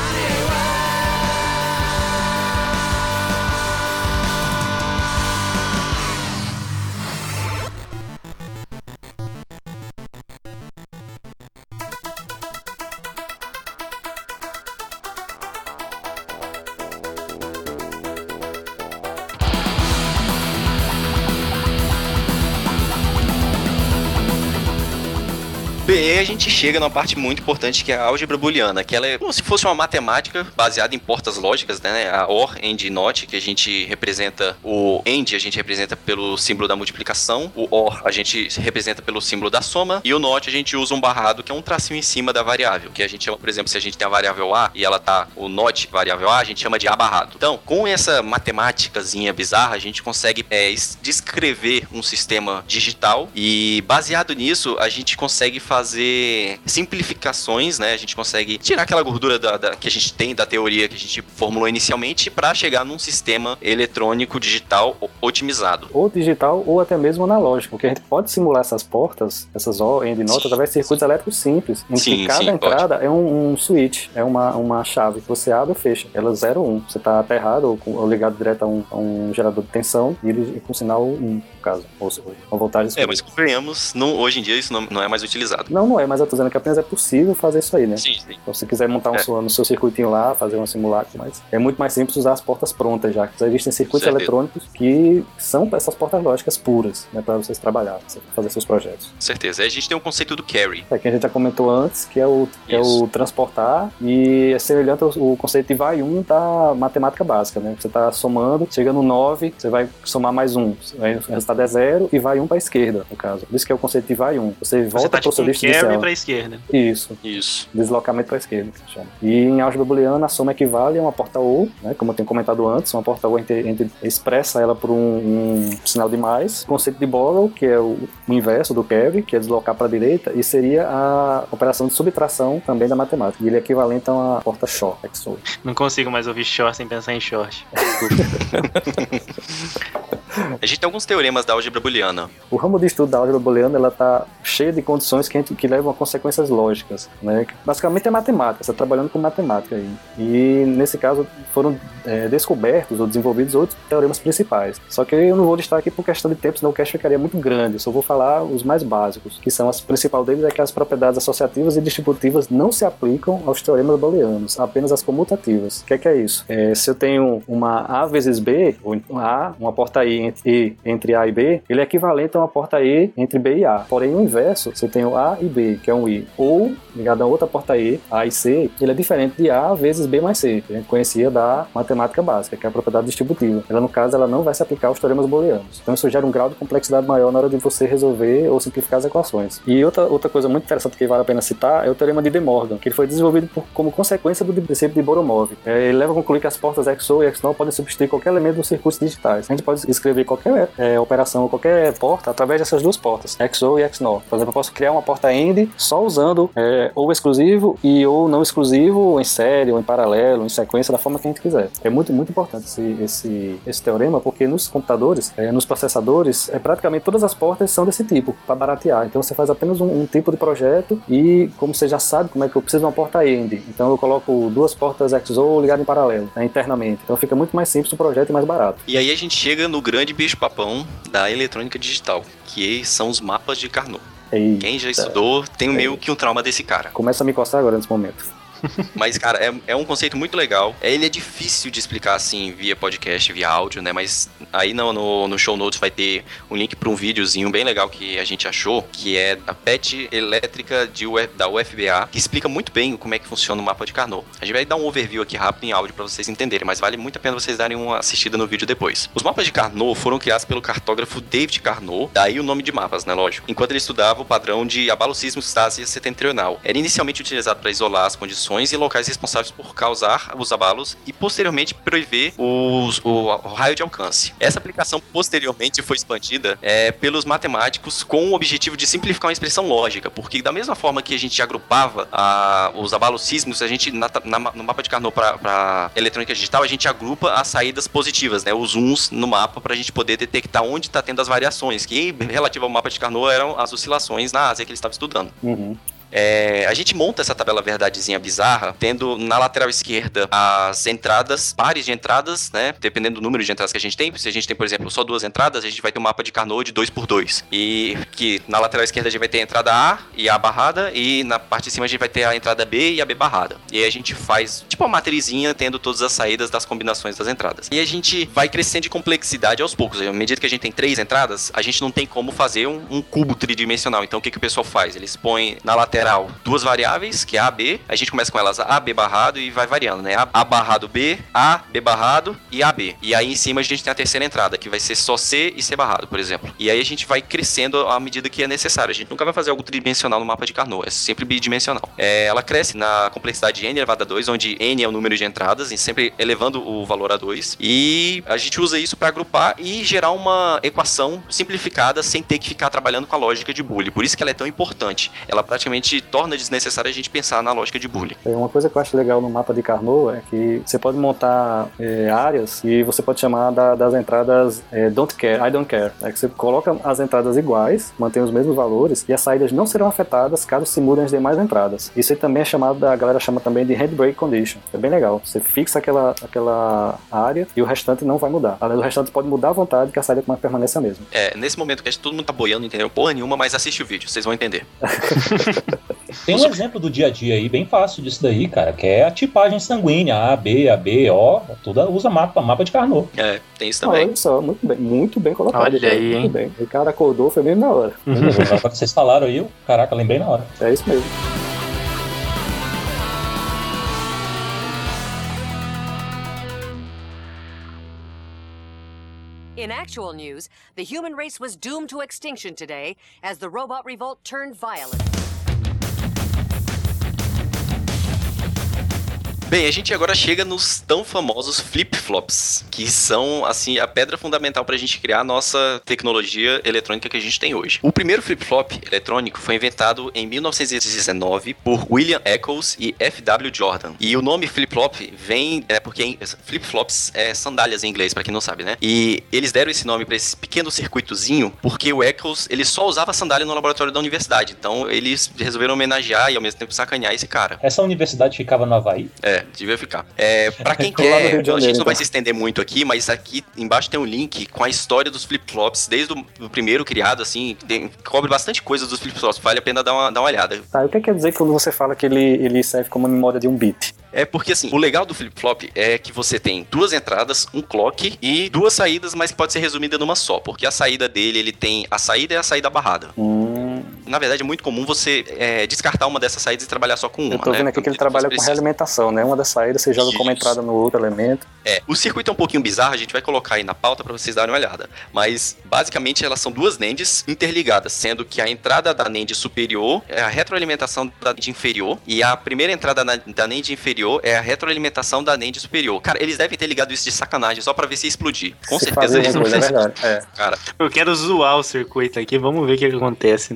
E aí a gente chega numa parte muito importante, que é a álgebra booleana, que ela é como se fosse uma matemática baseada em portas lógicas, né? A OR, AND e NOT, que a gente representa o AND, a gente representa pelo símbolo da multiplicação, o OR a gente representa pelo símbolo da soma, e o NOT a gente usa um barrado, que é um tracinho em cima da variável, que a gente chama, por exemplo, se a gente tem a variável A e ela tá o NOT variável A, a gente chama de A barrado. Então, com essa matemáticazinha bizarra, a gente consegue é, descrever um sistema digital e, baseado nisso, a gente consegue fazer fazer simplificações, né? A gente consegue tirar aquela gordura da, da, que a gente tem da teoria que a gente formulou inicialmente para chegar num sistema eletrônico digital otimizado. Ou digital ou até mesmo analógico, porque a gente pode simular essas portas, essas OR, AND e NOT, através de circuitos elétricos simples, em sim, que cada sim, entrada pode. é um, um switch, é uma, uma chave que você abre ou fecha. Ela é zero um. Você está aterrado ou, com, ou ligado direto a um, a um gerador de tensão e ele com sinal um, no caso, ou com voltagem. É, mas convenhamos, hoje em dia isso não, não é mais utilizado. Não, não é, mas eu tô dizendo que apenas é possível fazer isso aí, né? Sim, sim. Então, se você quiser montar um é. seu, no seu circuitinho lá, fazer um simulacro, mas é muito mais simples usar as portas prontas já. Já existem circuitos Certeza. eletrônicos que são essas portas lógicas puras, né? Para vocês trabalharem, pra fazer seus projetos. Certeza. Aí a gente tem o conceito do carry. É que a gente já comentou antes, que é o, que é o transportar, e é semelhante ao, ao conceito de vai um da matemática básica, né? Você tá somando, chega no nove, você vai somar mais um. Aí o resultado é zero e vai um para a esquerda, no caso. Por isso que é o conceito de vai um. Você volta você tá para o seu tipo um lixo inicial. carry pra esquerda. Isso. Isso. Deslocamento para a esquerda, que se chama. E em álgebra booleana, a soma equivale a uma porta OR, né? Como eu tenho comentado antes, uma porta OR entre, entre, expressa ela por um, um sinal de mais. O conceito de borrow, que é o, o inverso do carry, que é deslocar para a direita, e seria a operação de subtração também da matemática. E ele é equivalente a uma porta short, X O R. Não consigo mais ouvir short sem pensar em short. A gente tem alguns teoremas da álgebra booleana. O ramo de estudo da álgebra booleana, ela tá cheia de condições que, a gente, que levam a consequências lógicas, né? Basicamente é matemática, você está trabalhando com matemática aí. E nesse caso foram é, descobertos ou desenvolvidos outros teoremas principais. Só que eu não vou listar aqui por questão de tempo, senão o cast ficaria muito grande. Eu só vou falar os mais básicos, que são as principais deles, é que as propriedades associativas e distributivas não se aplicam aos teoremas booleanos, apenas as comutativas. O que é, que é isso? É, se eu tenho uma A vezes B, ou A, uma porta I E entre A e B, ele é equivalente a uma porta E entre B e A. Porém, o inverso, você tem o A e B, que é um I, ou ligado a outra porta E, A e C, ele é diferente de A vezes B mais C, que a gente conhecia da matemática básica, que é a propriedade distributiva. Ela, no caso, ela não vai se aplicar aos teoremas booleanos. Então, isso gera um grau de complexidade maior na hora de você resolver ou simplificar as equações. E outra, outra coisa muito interessante que vale a pena citar é o teorema de De Morgan, que ele foi desenvolvido por, como consequência do princípio de Boromov. É, ele leva a concluir que as portas X O R e X N O R podem substituir qualquer elemento dos circuitos digitais. A gente pode escrever qualquer é, operação ou qualquer porta através dessas duas portas, X O R e X N O R. Por exemplo, eu posso criar uma porta AND só usando é, ou exclusivo e ou não exclusivo, ou em série, ou em paralelo, ou em sequência, da forma que a gente quiser. É muito, muito importante esse, esse, esse teorema, porque nos computadores, é, nos processadores, é, praticamente todas as portas são desse tipo, para baratear. Então você faz apenas um, um tipo de projeto e, como você já sabe, como é que eu preciso de uma porta AND. Então eu coloco duas portas X O R ligadas em paralelo, né, internamente. Então fica muito mais simples o projeto e mais barato. E aí a gente chega no grande grande bicho-papão da eletrônica digital, que são os mapas de Carnot. Eita. Quem já estudou tem meio que um trauma desse cara. Começa a me coçar agora nesse momento. Mas, cara, é, é um conceito muito legal. Ele é difícil de explicar, assim, via podcast, via áudio, né? Mas aí no, no, no show notes vai ter um link para um videozinho bem legal que a gente achou, que é a P E T elétrica de U F, da U F B A, que explica muito bem como é que funciona o mapa de Carnot. A gente vai dar um overview aqui rápido em áudio para vocês entenderem, mas vale muito a pena vocês darem uma assistida no vídeo depois. Os mapas de Carnot foram criados pelo cartógrafo David Carnot, daí o nome de mapas, né? Lógico. Enquanto ele estudava o padrão de abalo sísmico da Ásia setentrional. Era inicialmente utilizado para isolar as condições e locais responsáveis por causar os abalos e posteriormente prever os, o, o raio de alcance. Essa aplicação posteriormente foi expandida é, pelos matemáticos com o objetivo de simplificar uma expressão lógica, porque da mesma forma que a gente agrupava a, os abalos sísmicos, a gente na, na, no mapa de Carnot para eletrônica digital, a gente agrupa as saídas positivas, né, os zooms no mapa para a gente poder detectar onde está tendo as variações, que relativo ao mapa de Carnot eram as oscilações na Ásia que ele estava estudando. Uhum. É, a gente monta essa tabela verdadezinha bizarra, tendo na lateral esquerda as entradas, pares de entradas, né? Dependendo do número de entradas que a gente tem. Se a gente tem, por exemplo, só duas entradas, a gente vai ter um mapa de Carnot de dois por dois. E que na lateral esquerda a gente vai ter a entrada A e A barrada, e na parte de cima a gente vai ter a entrada B e a B barrada. E aí a gente faz tipo uma matrizinha tendo todas as saídas das combinações das entradas. E a gente vai crescendo de complexidade aos poucos. À medida que a gente tem três entradas, a gente não tem como fazer um, um cubo tridimensional. Então o que, que o pessoal faz? Eles põem na lateral duas variáveis, que é A, B. A gente começa com elas A, B barrado e vai variando, né? A, A barrado B, A, B barrado e A, B. E aí em cima a gente tem a terceira entrada, que vai ser só C e C barrado, por exemplo. E aí a gente vai crescendo à medida que é necessário. A gente nunca vai fazer algo tridimensional no mapa de Carnot, é sempre bidimensional. É, ela cresce na complexidade N elevado a dois, onde N é o número de entradas, e sempre elevando o valor a dois. E a gente usa isso para agrupar e gerar uma equação simplificada sem ter que ficar trabalhando com a lógica de Boole. Por isso que ela é tão importante. Ela praticamente torna desnecessário a gente pensar na lógica de Boole. É uma coisa que eu acho legal no mapa de Carnot é que você pode montar é, áreas e você pode chamar da, das entradas é, don't care, I don't care. É que você coloca as entradas iguais, mantém os mesmos valores e as saídas não serão afetadas caso se mudem as demais entradas. Isso aí também é chamado, a galera chama também de handbrake condition. É bem legal. Você fixa aquela, aquela área e o restante não vai mudar. Além do restante pode mudar à vontade que a saída permanece a mesma. É, nesse momento que todo mundo tá boiando, não entendeu porra nenhuma, mas assiste o vídeo, vocês vão entender. Tem um exemplo do dia a dia aí, bem fácil disso daí, cara, que é a tipagem sanguínea, A, B, A, B, O, tudo usa mapa, mapa de Carnot. É, tem isso também. Olha só, muito bem, muito bem colocado. Olha cara, aí, muito hein? bem. O cara acordou, foi mesmo na hora. Agora que vocês falaram aí, eu, caraca, lembrei na hora. É isso mesmo. In actual news, the human race was doomed to extinction today as the robot revolt turned violent. Bem, a gente agora chega nos tão famosos flip-flops, que são, assim, a pedra fundamental pra gente criar a nossa tecnologia eletrônica que a gente tem hoje. O primeiro flip-flop eletrônico foi inventado em mil novecentos e dezenove por William Eccles e F W Jordan. E o nome flip-flop vem, é porque flip-flops é sandálias em inglês, pra quem não sabe, né? E eles deram esse nome pra esse pequeno circuitozinho porque o Eccles, ele só usava sandália no laboratório da universidade. Então, eles resolveram homenagear e ao mesmo tempo sacanear esse cara. Essa universidade ficava no Havaí? É. Devia ficar. É, pra quem quer, a gente não Janeiro, vai se estender muito aqui, mas aqui embaixo tem um link com a história dos flip-flops, desde o do primeiro criado, assim, tem, cobre bastante coisa dos flip-flops, vale a pena dar uma, dar uma olhada. Tá, o que quer dizer quando você fala que ele, ele serve como memória de um bit? É porque, assim, o legal do flip-flop é que você tem duas entradas, um clock e duas saídas, mas que pode ser resumida numa só, porque a saída dele, ele tem a saída e a saída barrada. Hum... Na verdade, é muito comum você é, descartar uma dessas saídas e trabalhar só com uma, Eu tô né? vendo aqui que ele trabalha com realimentação, né? Uma das saídas você joga Isso. como entrada no outro elemento. É, o circuito é um pouquinho bizarro, a gente vai colocar aí na pauta pra vocês darem uma olhada. Mas, basicamente, elas são duas NANDs interligadas, sendo que a entrada da NAND superior é a retroalimentação da NAND inferior e a primeira entrada na, da NAND inferior é a retroalimentação da NAND superior. Cara, eles devem ter ligado isso de sacanagem só pra ver se ia explodir. Com Se certeza eles não coisa, é fizeram. verdade. É. Cara, Eu quero zoar o circuito aqui, vamos ver o que, que acontece, né? Era um brasileiro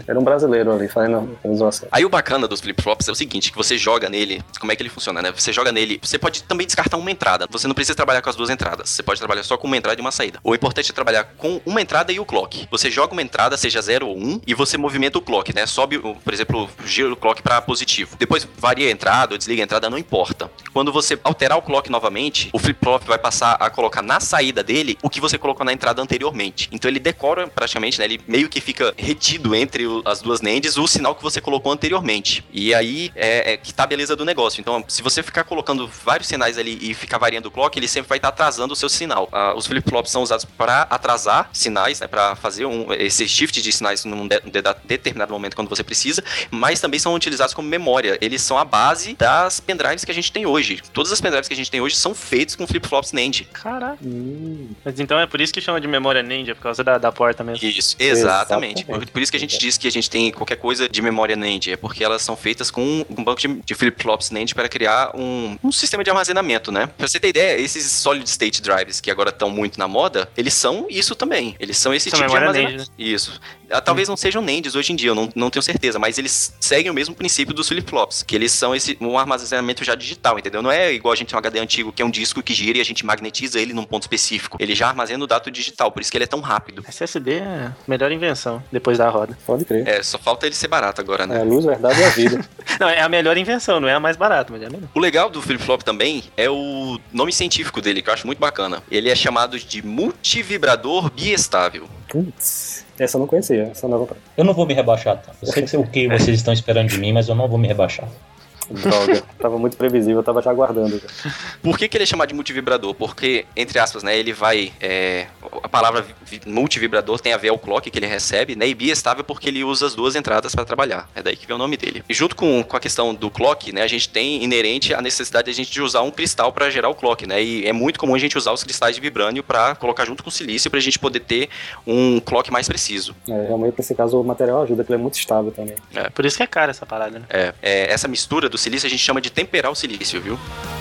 brasileiro ali, fazendo zoação. Aí o bacana dos flip-flops é o seguinte, que você joga nele, como é que ele funciona, né? Você joga nele, você pode também descartar uma entrada. Você não precisa trabalhar com as duas entradas. Você pode trabalhar só com uma entrada e uma saída. O importante é trabalhar com uma entrada e o clock. Você joga uma entrada, seja zero ou um, e você movimenta o clock, né? Sobe, por exemplo, gira o clock para positivo. Depois varia a entrada ou desliga a entrada, não importa. Quando você alterar o clock novamente, o flip-flop vai passar a colocar na saída dele o que você colocou na entrada anteriormente. Então ele decora praticamente, né? Ele meio que fica retido entre o, as duas NANDs o sinal que você colocou anteriormente. E aí é, é que tá a beleza do negócio. Então, se você ficar colocando vários sinais ali e ficar variando o clock, ele sempre vai estar tá atrasando o seu sinal. Ah, os flip-flops são usados para atrasar sinais, né? Para fazer um, esse shift de sinais num de, de, de, determinado momento quando você precisa, mas também são utilizados como memória. Eles são a base das pendrives que a gente tem hoje. Todas as pendrives que a gente tem hoje são feitas com flip-flops NAND. Caraca. Hum. Mas então é por isso que chama de memória NAND, é por causa da, da porta mesmo. Isso, exatamente. exatamente. Por, por isso que a gente diz que a gente tem qualquer coisa de memória NAND, é porque elas são feitas com um banco de, de flip-flops NAND para criar um, um sistema de armazenamento, né? Pra você ter ideia, esses solid state drives que agora estão muito na moda, eles são isso também. Eles são esse são tipo de armazenamento. NAND, né? Isso. Talvez não sejam NANDs hoje em dia, eu não, não tenho certeza, mas eles seguem o mesmo princípio dos flip-flops, que eles são esse, um armazenamento já digital, entendeu? Não é igual a gente tem um H D antigo, que é um disco que gira e a gente magnetiza ele num ponto específico. Ele já armazena o dado digital, por isso que ele é tão rápido. S S D é a melhor invenção, depois da roda. Pode crer. É, só falta ele ser barato agora, né? É a luz, verdade e a vida. Não, é a melhor invenção, não é a mais barata, mas é a melhor. O legal do flip-flop também é o nome científico dele, que eu acho muito bacana. Ele é chamado de multivibrador biestável. Putz, essa eu não conhecia, essa nova. Eu não vou me rebaixar, tá? Eu sei que o que vocês estão esperando de mim, mas eu não vou me rebaixar. Droga, tava muito previsível, eu tava já aguardando. Por que que ele é chamado de multivibrador? Porque, entre aspas, né, ele vai... É, a palavra multivibrador tem a ver ao clock que ele recebe, né, e biestável porque ele usa as duas entradas para trabalhar. É daí que vem o nome dele. E junto com, com a questão do clock, né, a gente tem inerente a necessidade de a gente de usar um cristal para gerar o clock, né, e é muito comum a gente usar os cristais de vibrânio para colocar junto com o silício pra gente poder ter um clock mais preciso. É, realmente, nesse caso, o material ajuda, porque ele é muito estável também. É, por isso que é caro essa parada, né? É, é essa mistura do silício a gente chama de temperar o silício, viu?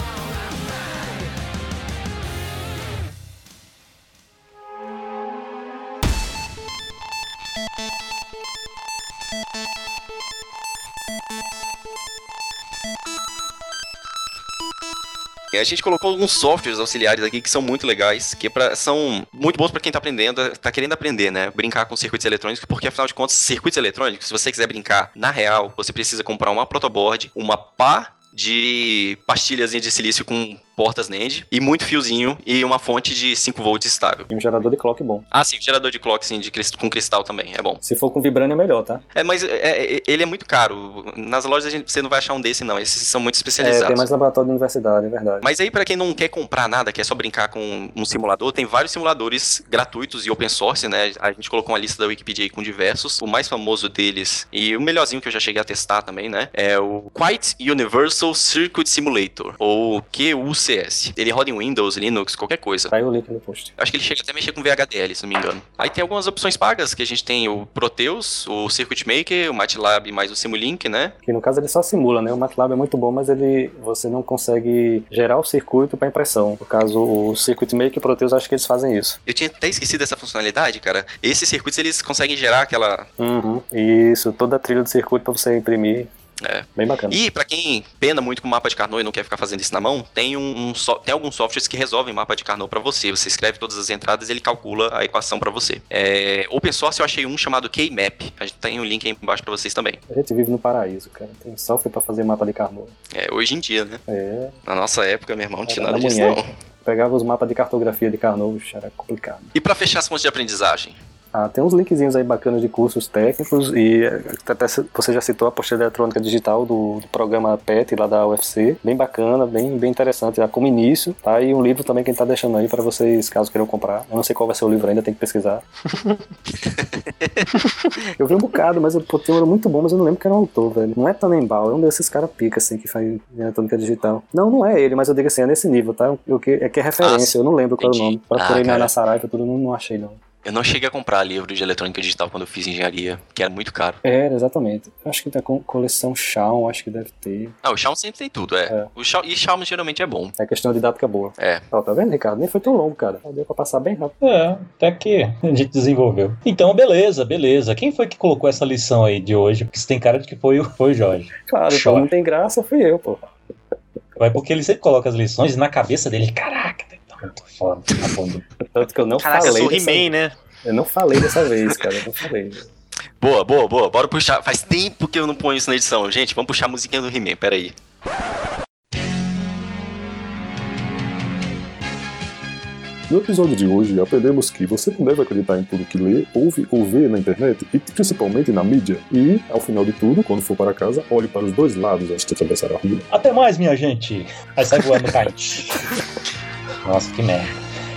A gente colocou alguns softwares auxiliares aqui que são muito legais, que pra, são muito bons para quem tá aprendendo, tá querendo aprender, né? Brincar com circuitos eletrônicos, porque afinal de contas, circuitos eletrônicos, se você quiser brincar na real, você precisa comprar uma protoboard, uma pá de pastilhas de silício com portas NAND e muito fiozinho e uma fonte de cinco volts estável. E um gerador de clock bom. Ah, sim, um gerador de clock sim, de crist- com cristal também, é bom. Se for com vibrânio é melhor, tá? É, mas é, é, ele é muito caro. Nas lojas a gente, você não vai achar um desse não, esses são muito especializados. É, tem mais laboratório de universidade, é verdade. Mas aí pra quem não quer comprar nada, quer só brincar com um simulador, tem vários simuladores gratuitos e open source, né? A gente colocou uma lista da Wikipedia aí com diversos. O mais famoso deles e o melhorzinho que eu já cheguei a testar também, né? É o Quite Universal Circuit Simulator, ou Q U C S. Ele roda em Windows, Linux, qualquer coisa. Tá aí o link no post. Acho que ele chega até a mexer com V H D L, se não me engano. Aí tem algumas opções pagas, que a gente tem o Proteus, o Circuit Maker, o MATLAB mais o Simulink, né? Que no caso ele só simula, né? O MATLAB é muito bom, mas ele você não consegue gerar o circuito para impressão. No caso, o Circuit Maker e o Proteus, acho que eles fazem isso. Eu tinha até esquecido dessa funcionalidade, cara. Esses circuitos, eles conseguem gerar aquela... Uhum. Isso, toda a trilha do circuito para você imprimir. É. Bem bacana. E pra quem pena muito com mapa de Carnot e não quer ficar fazendo isso na mão, tem, um, um so, tem alguns softwares que resolvem mapa de Carnot pra você. Você escreve todas as entradas e ele calcula a equação pra você. É, open source eu achei um chamado K-Map. A gente tem um link aí embaixo pra vocês também. A gente vive no paraíso, cara. Tem software pra fazer mapa de Carnot. É, hoje em dia, né? É. Na nossa época, meu irmão, não tinha Era nada disso mulher. não. Pegava os mapas de cartografia de Carnot, era complicado. E pra fechar as fontes de aprendizagem? Ah, tem uns linkzinhos aí bacanas de cursos técnicos e até você já citou a apostila eletrônica digital do, do programa P E T lá da U F C, bem bacana, bem, bem interessante, já como início, tá? E um livro também que a gente tá deixando aí pra vocês, caso queiram comprar. Eu não sei qual vai ser o livro ainda, tem que pesquisar. Eu vi um bocado, mas pô, tem um livro muito bom, mas eu não lembro quem era o autor, velho. Não é Tannenbaum, é um desses caras pica, assim, que faz eletrônica digital. Não, não é ele, mas eu digo assim, é nesse nível, tá? Eu, que, é que é referência, ah, eu não lembro qual é o nome. Procurei ah, na Saraiva, tudo, não, não achei não. Eu não cheguei a comprar livro de eletrônica digital quando eu fiz engenharia, que era muito caro. Era, exatamente. Acho que tá com coleção Shawn, acho que deve ter. Ah, o Shawn sempre tem tudo, é. é. O Shawn, e Shawn geralmente é bom. É questão didática boa. É. Ó, tá vendo, Ricardo? Nem foi tão longo, cara. Deu pra passar bem rápido. É, até que a gente desenvolveu. Então, beleza, beleza. Quem foi que colocou essa lição aí de hoje? Porque você tem cara de que foi, foi o Jorge. Claro, então não tem graça, fui eu, pô. É porque ele sempre coloca as lições na cabeça dele. Caraca, tá muito foda. Tá bom. Tanto que eu não Caraca, falei. Caraca, eu sou He-Man, né? Eu não falei dessa vez, cara. Eu não falei. Boa, boa, boa. Bora puxar. Faz tempo que eu não ponho isso na edição. Gente, vamos puxar a musiquinha do He-Man. Pera aí. No episódio de hoje, aprendemos que você não deve acreditar em tudo que lê, ouve ou vê na internet, e principalmente na mídia. E, ao final de tudo, quando for para casa, olhe para os dois lados antes de atravessar a rua. Até mais, minha gente. Aí sai voando, caindo. Nossa, que merda.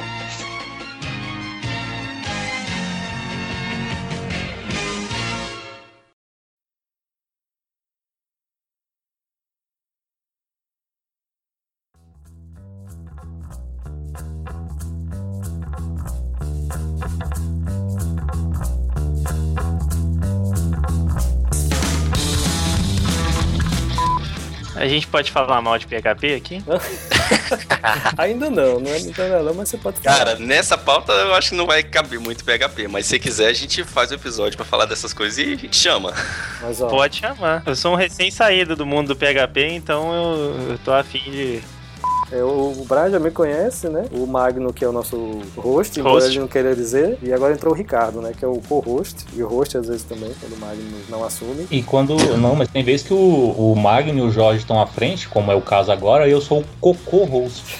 A gente pode falar mal de P H P aqui? Ainda não, não é não, mas você pode falar. Cara, nessa pauta eu acho que não vai caber muito P H P, mas se quiser a gente faz o um episódio pra falar dessas coisas e a gente chama. Mas, ó, pode chamar. Eu sou um recém-saído do mundo do P H P, então eu, eu tô afim de... É, o Brian já me conhece, né? O Magno, que é o nosso host, embora ele não queira dizer. E agora entrou o Ricardo, né? Que é o co-host. E o host, às vezes, também, quando o Magno não assume. E quando... Não, mas tem vezes que o, o Magno e o Jorge estão à frente, como é o caso agora, e eu sou o co-co-host.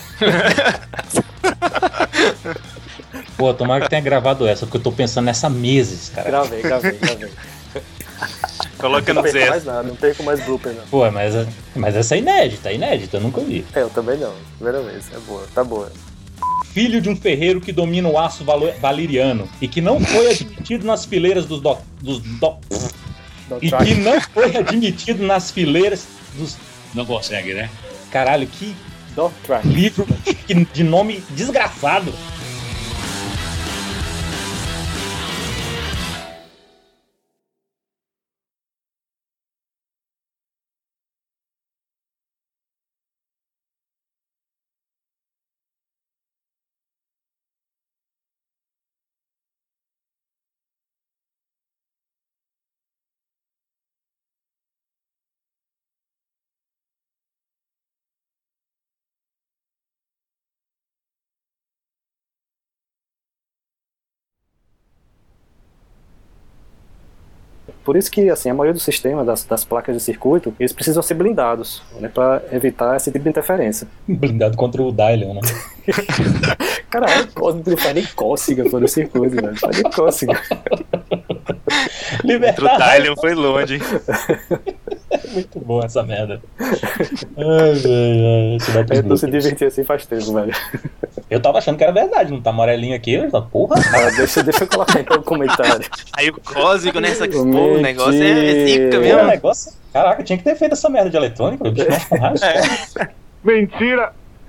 Pô, tomara que tenha gravado essa, porque eu tô pensando nessa meses, cara. Gravei, gravei, gravei. Coloca no Zé. Não perco Zé. mais nada, não perco mais blooper, não. Pô, mas, mas essa é inédita, é inédita, eu nunca vi. É, eu também não. Primeira vez, é boa, tá boa. Filho de um ferreiro que domina o aço valeriano e que não foi admitido nas fileiras dos do, dos do, e que não foi admitido nas fileiras dos... Não consegue, né? Caralho, que Dothraki. livro de nome desgraçado. Por isso que, assim, a maioria do sistema das, das placas de circuito, eles precisam ser blindados, né, para evitar esse tipo de interferência. Blindado contra o Dylion, né? Caralho, não faz nem cócega por o circuito, velho. Não faz nem cócega. Contra o Dylion foi longe. Muito bom essa merda. Ai, velho. Eu não se divertir assim faz tempo, velho. Eu tava achando que era verdade, não tá amarelinho aqui, eu tava, porra. Ah, deixa, deixa eu colocar então o comentário. Aí o cósmico nessa que o negócio é zica mesmo. O negócio, caraca, tinha que ter feito essa merda de eletrônica, o bicho não com raiva. É. Mentira!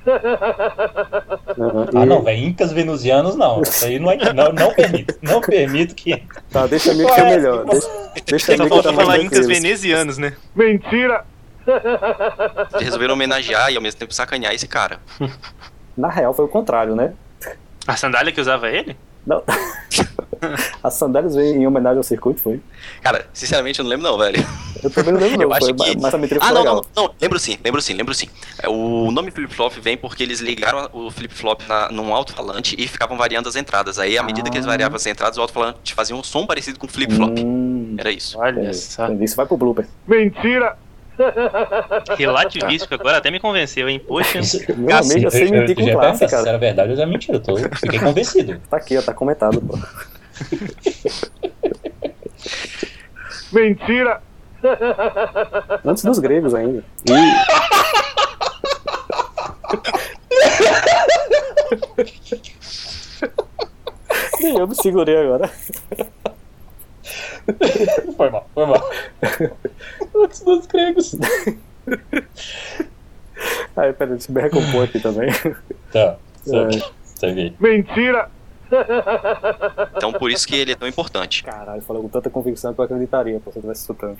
Uhum. Ah, não, velho, incas venusianos não. Isso aí não, é, não, não permito. Não permito que. Tá, deixa a mim que é melhor. Deixa, deixa a Só mim que falta tá falar mais incas tranquilo. venezianos, né? Mentira! Eles resolveram homenagear e ao mesmo tempo sacanear esse cara. Na real foi o contrário, né? A sandália que usava ele? Não. As sandálias veio em homenagem ao circuito, foi? Cara, sinceramente eu não lembro não, velho. Eu também não lembro Eu não, acho foi, que... mas também teria Ah, foi não, legal. não, não, lembro sim, lembro sim, lembro sim. O nome flip-flop vem porque eles ligaram o flip-flop na, num alto-falante e ficavam variando as entradas. Aí, à medida Ah. que eles variavam as entradas, o alto-falante fazia um som parecido com flip-flop. Hum, Era isso. Olha é, só. isso vai pro blooper. Mentira! Relativístico agora até me convenceu, hein? Poxa. Meu amigo, eu sei mentir com já classe, pergunta se cara. era verdade ou se era mentira. Eu tô, fiquei convencido. Tá aqui, ó, tá comentado, pô. Mentira! Antes dos gregos ainda. E... Nem eu me segurei agora. Foi mal, foi mal. Antes dos gregos. Aí, peraí, deixa eu me recompor aqui também. Tá, sabe, sabe. Mentira! Então por isso que ele é tão importante. Caralho, falou com tanta convicção que eu acreditaria, pô, se eu estivesse escutando.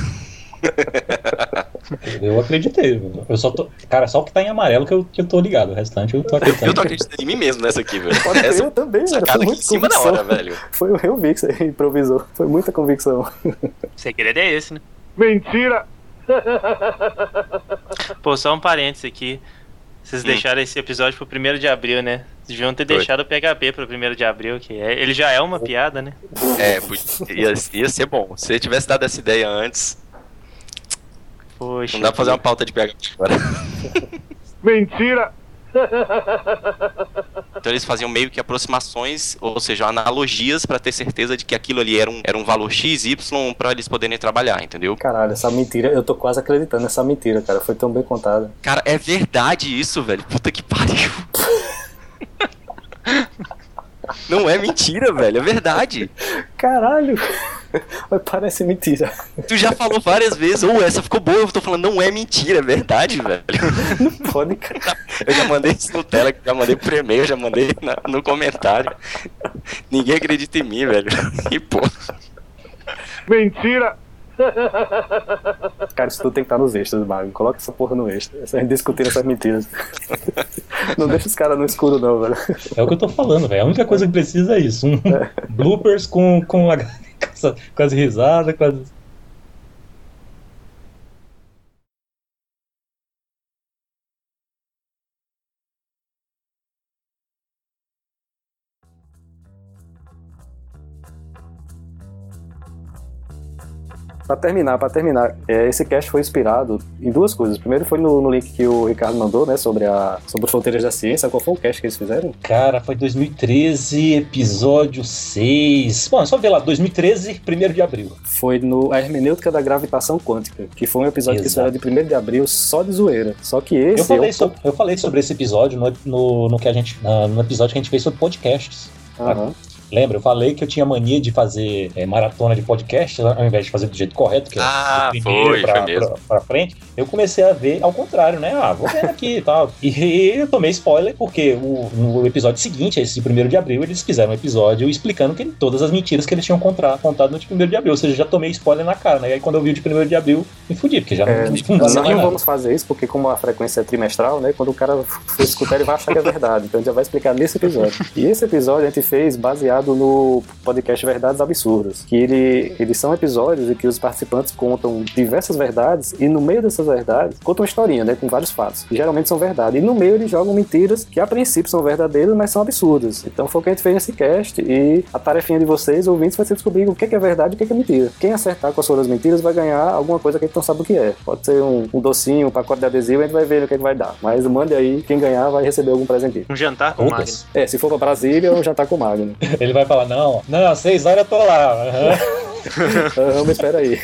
Eu acreditei. Eu só tô... Cara, só o que tá em amarelo que eu, que eu tô ligado. O restante eu tô acreditando. Eu tô acreditando em mim mesmo nessa aqui, velho. Pode essa, eu também, velho. Sacada aqui em cima da hora, velho. Foi o eu vi que você improvisou. Foi muita convicção. O segredo é esse, né? Mentira! Pô, só um parênteses aqui. Vocês Hum. deixaram esse episódio pro primeiro de abril, né? Vocês deviam ter Foi. deixado o P H P pro primeiro de abril, que é... ele já é uma piada, né? É, ia, ia ser bom. Se ele tivesse dado essa ideia antes, Poxa. não dá pra fazer uma pauta de P H P agora. Mentira! Então eles faziam meio que aproximações, ou seja, analogias pra ter certeza de que aquilo ali era um, era um valor X, Y pra eles poderem trabalhar, entendeu? Caralho, essa mentira, eu tô quase acreditando nessa mentira, cara. Foi tão bem contada. Cara, é verdade isso, velho. Puta que pariu. Não é mentira, velho. É verdade. Caralho! Mas parece mentira. Tu já falou várias vezes, ou oh, essa ficou boa, eu tô falando, não é mentira, é verdade, velho. Não pode, cara. Eu já mandei isso no Telegram, já mandei por e-mail, já mandei na, no comentário. Ninguém acredita em mim, velho. E pô. Mentira! Cara, isso tudo tem que estar nos extras, Mago. Coloca essa porra no extra. Essa gente discutindo essas mentiras. Não deixa os caras no escuro, não, velho. É o que eu tô falando, velho. A única coisa que precisa é isso. Um É. bloopers com, com, a, com, as, com as risadas, com as... Pra terminar, pra terminar, é, esse cast foi inspirado em duas coisas. Primeiro foi no, no link que o Ricardo mandou, né, sobre, a, sobre as fronteiras da ciência. Qual foi o cast que eles fizeram? Cara, foi dois mil e treze, episódio seis. Bom, é só ver lá, dois mil e treze, primeiro de abril. Foi no A Hermenêutica da Gravitação Quântica, que foi um episódio que Exato. saiu de primeiro de abril só de zoeira. Só que esse Eu falei, é um sobre, eu falei sobre esse episódio no, no, no, que a gente, na- no episódio que a gente fez sobre podcasts. Aham. Lembra? Eu falei que eu tinha mania de fazer é, maratona de podcast, ao invés de fazer do jeito correto, que é Ah, do primeiro foi, pra, foi mesmo. pra, pra frente. Eu comecei a ver ao contrário, né? Ah, vou vendo aqui e tal. E eu tomei spoiler porque o, no episódio seguinte, esse primeiro de abril, eles fizeram um episódio explicando que, todas as mentiras que eles tinham contra, contado no de primeiro de abril. Ou seja, já tomei spoiler na cara, né? E aí quando eu vi o de primeiro de abril, me fudi, porque já É, não, nós não não dá mais nada. vamos fazer isso porque como a frequência é trimestral, né, quando o cara for escutar ele vai achar que é verdade, então a gente já vai explicar nesse episódio. E esse episódio a gente fez baseado no podcast Verdades Absurdas, que ele, eles são episódios em que os participantes contam diversas verdades e no meio dessas verdades contam uma historinha, né, com vários fatos, que geralmente são verdade, e no meio eles jogam mentiras que a princípio são verdadeiras, mas são absurdas. Então foi o que a gente fez nesse cast e a tarefinha de vocês, ouvintes, vai ser descobrir o que é verdade e o que é mentira. Quem acertar com as suas mentiras vai ganhar alguma coisa que a gente não sabe o que é. Pode ser um, um docinho, um pacote de adesivo, a gente vai ver o que a gente vai dar. Mas mande aí, quem ganhar vai receber algum presentinho. Um jantar com o Magno. Lucas, É, se for pra Brasília, eu já tá com o Magno. ele vai falar, não, não, às seis horas eu tô lá. Aham. Vamos, espera aí.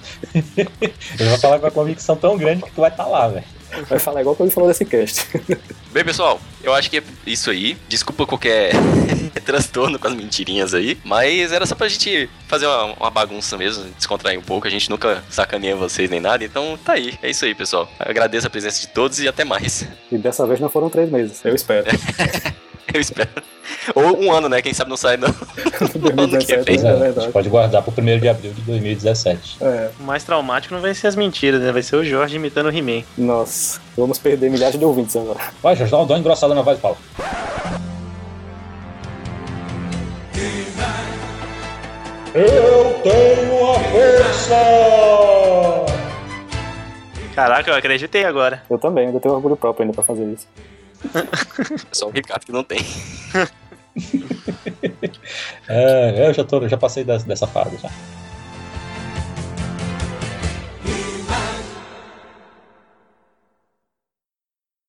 Ele vai falar com uma convicção tão grande que tu vai estar tá lá, velho. Vai falar igual quando ele falou desse cast. Bem, pessoal, eu acho que é isso aí. Desculpa qualquer transtorno com as mentirinhas aí, mas era só pra gente fazer uma, uma bagunça mesmo, descontrair um pouco. A gente nunca sacaneia vocês nem nada, então tá aí. É isso aí, pessoal. Agradeço a presença de todos e até mais. E dessa vez não foram três meses, eu espero. Eu espero. Ou um ano, né? Quem sabe não sai, não. dois mil e dezessete, Pois é É, a verdade. gente pode guardar pro primeiro de abril de dois mil e dezessete. É, O mais traumático não vai ser as mentiras, né? Vai ser o Jorge imitando o He-Man. nossa, vamos perder milhares de ouvintes agora. Vai, Jorge, dá uma engrossada na voz e fala. Eu tenho a força! Caraca, eu acreditei agora. Eu também, ainda tenho orgulho próprio ainda pra fazer isso. Só o Ricardo que não tem. É, eu já, tô, já passei dessa, dessa fase já.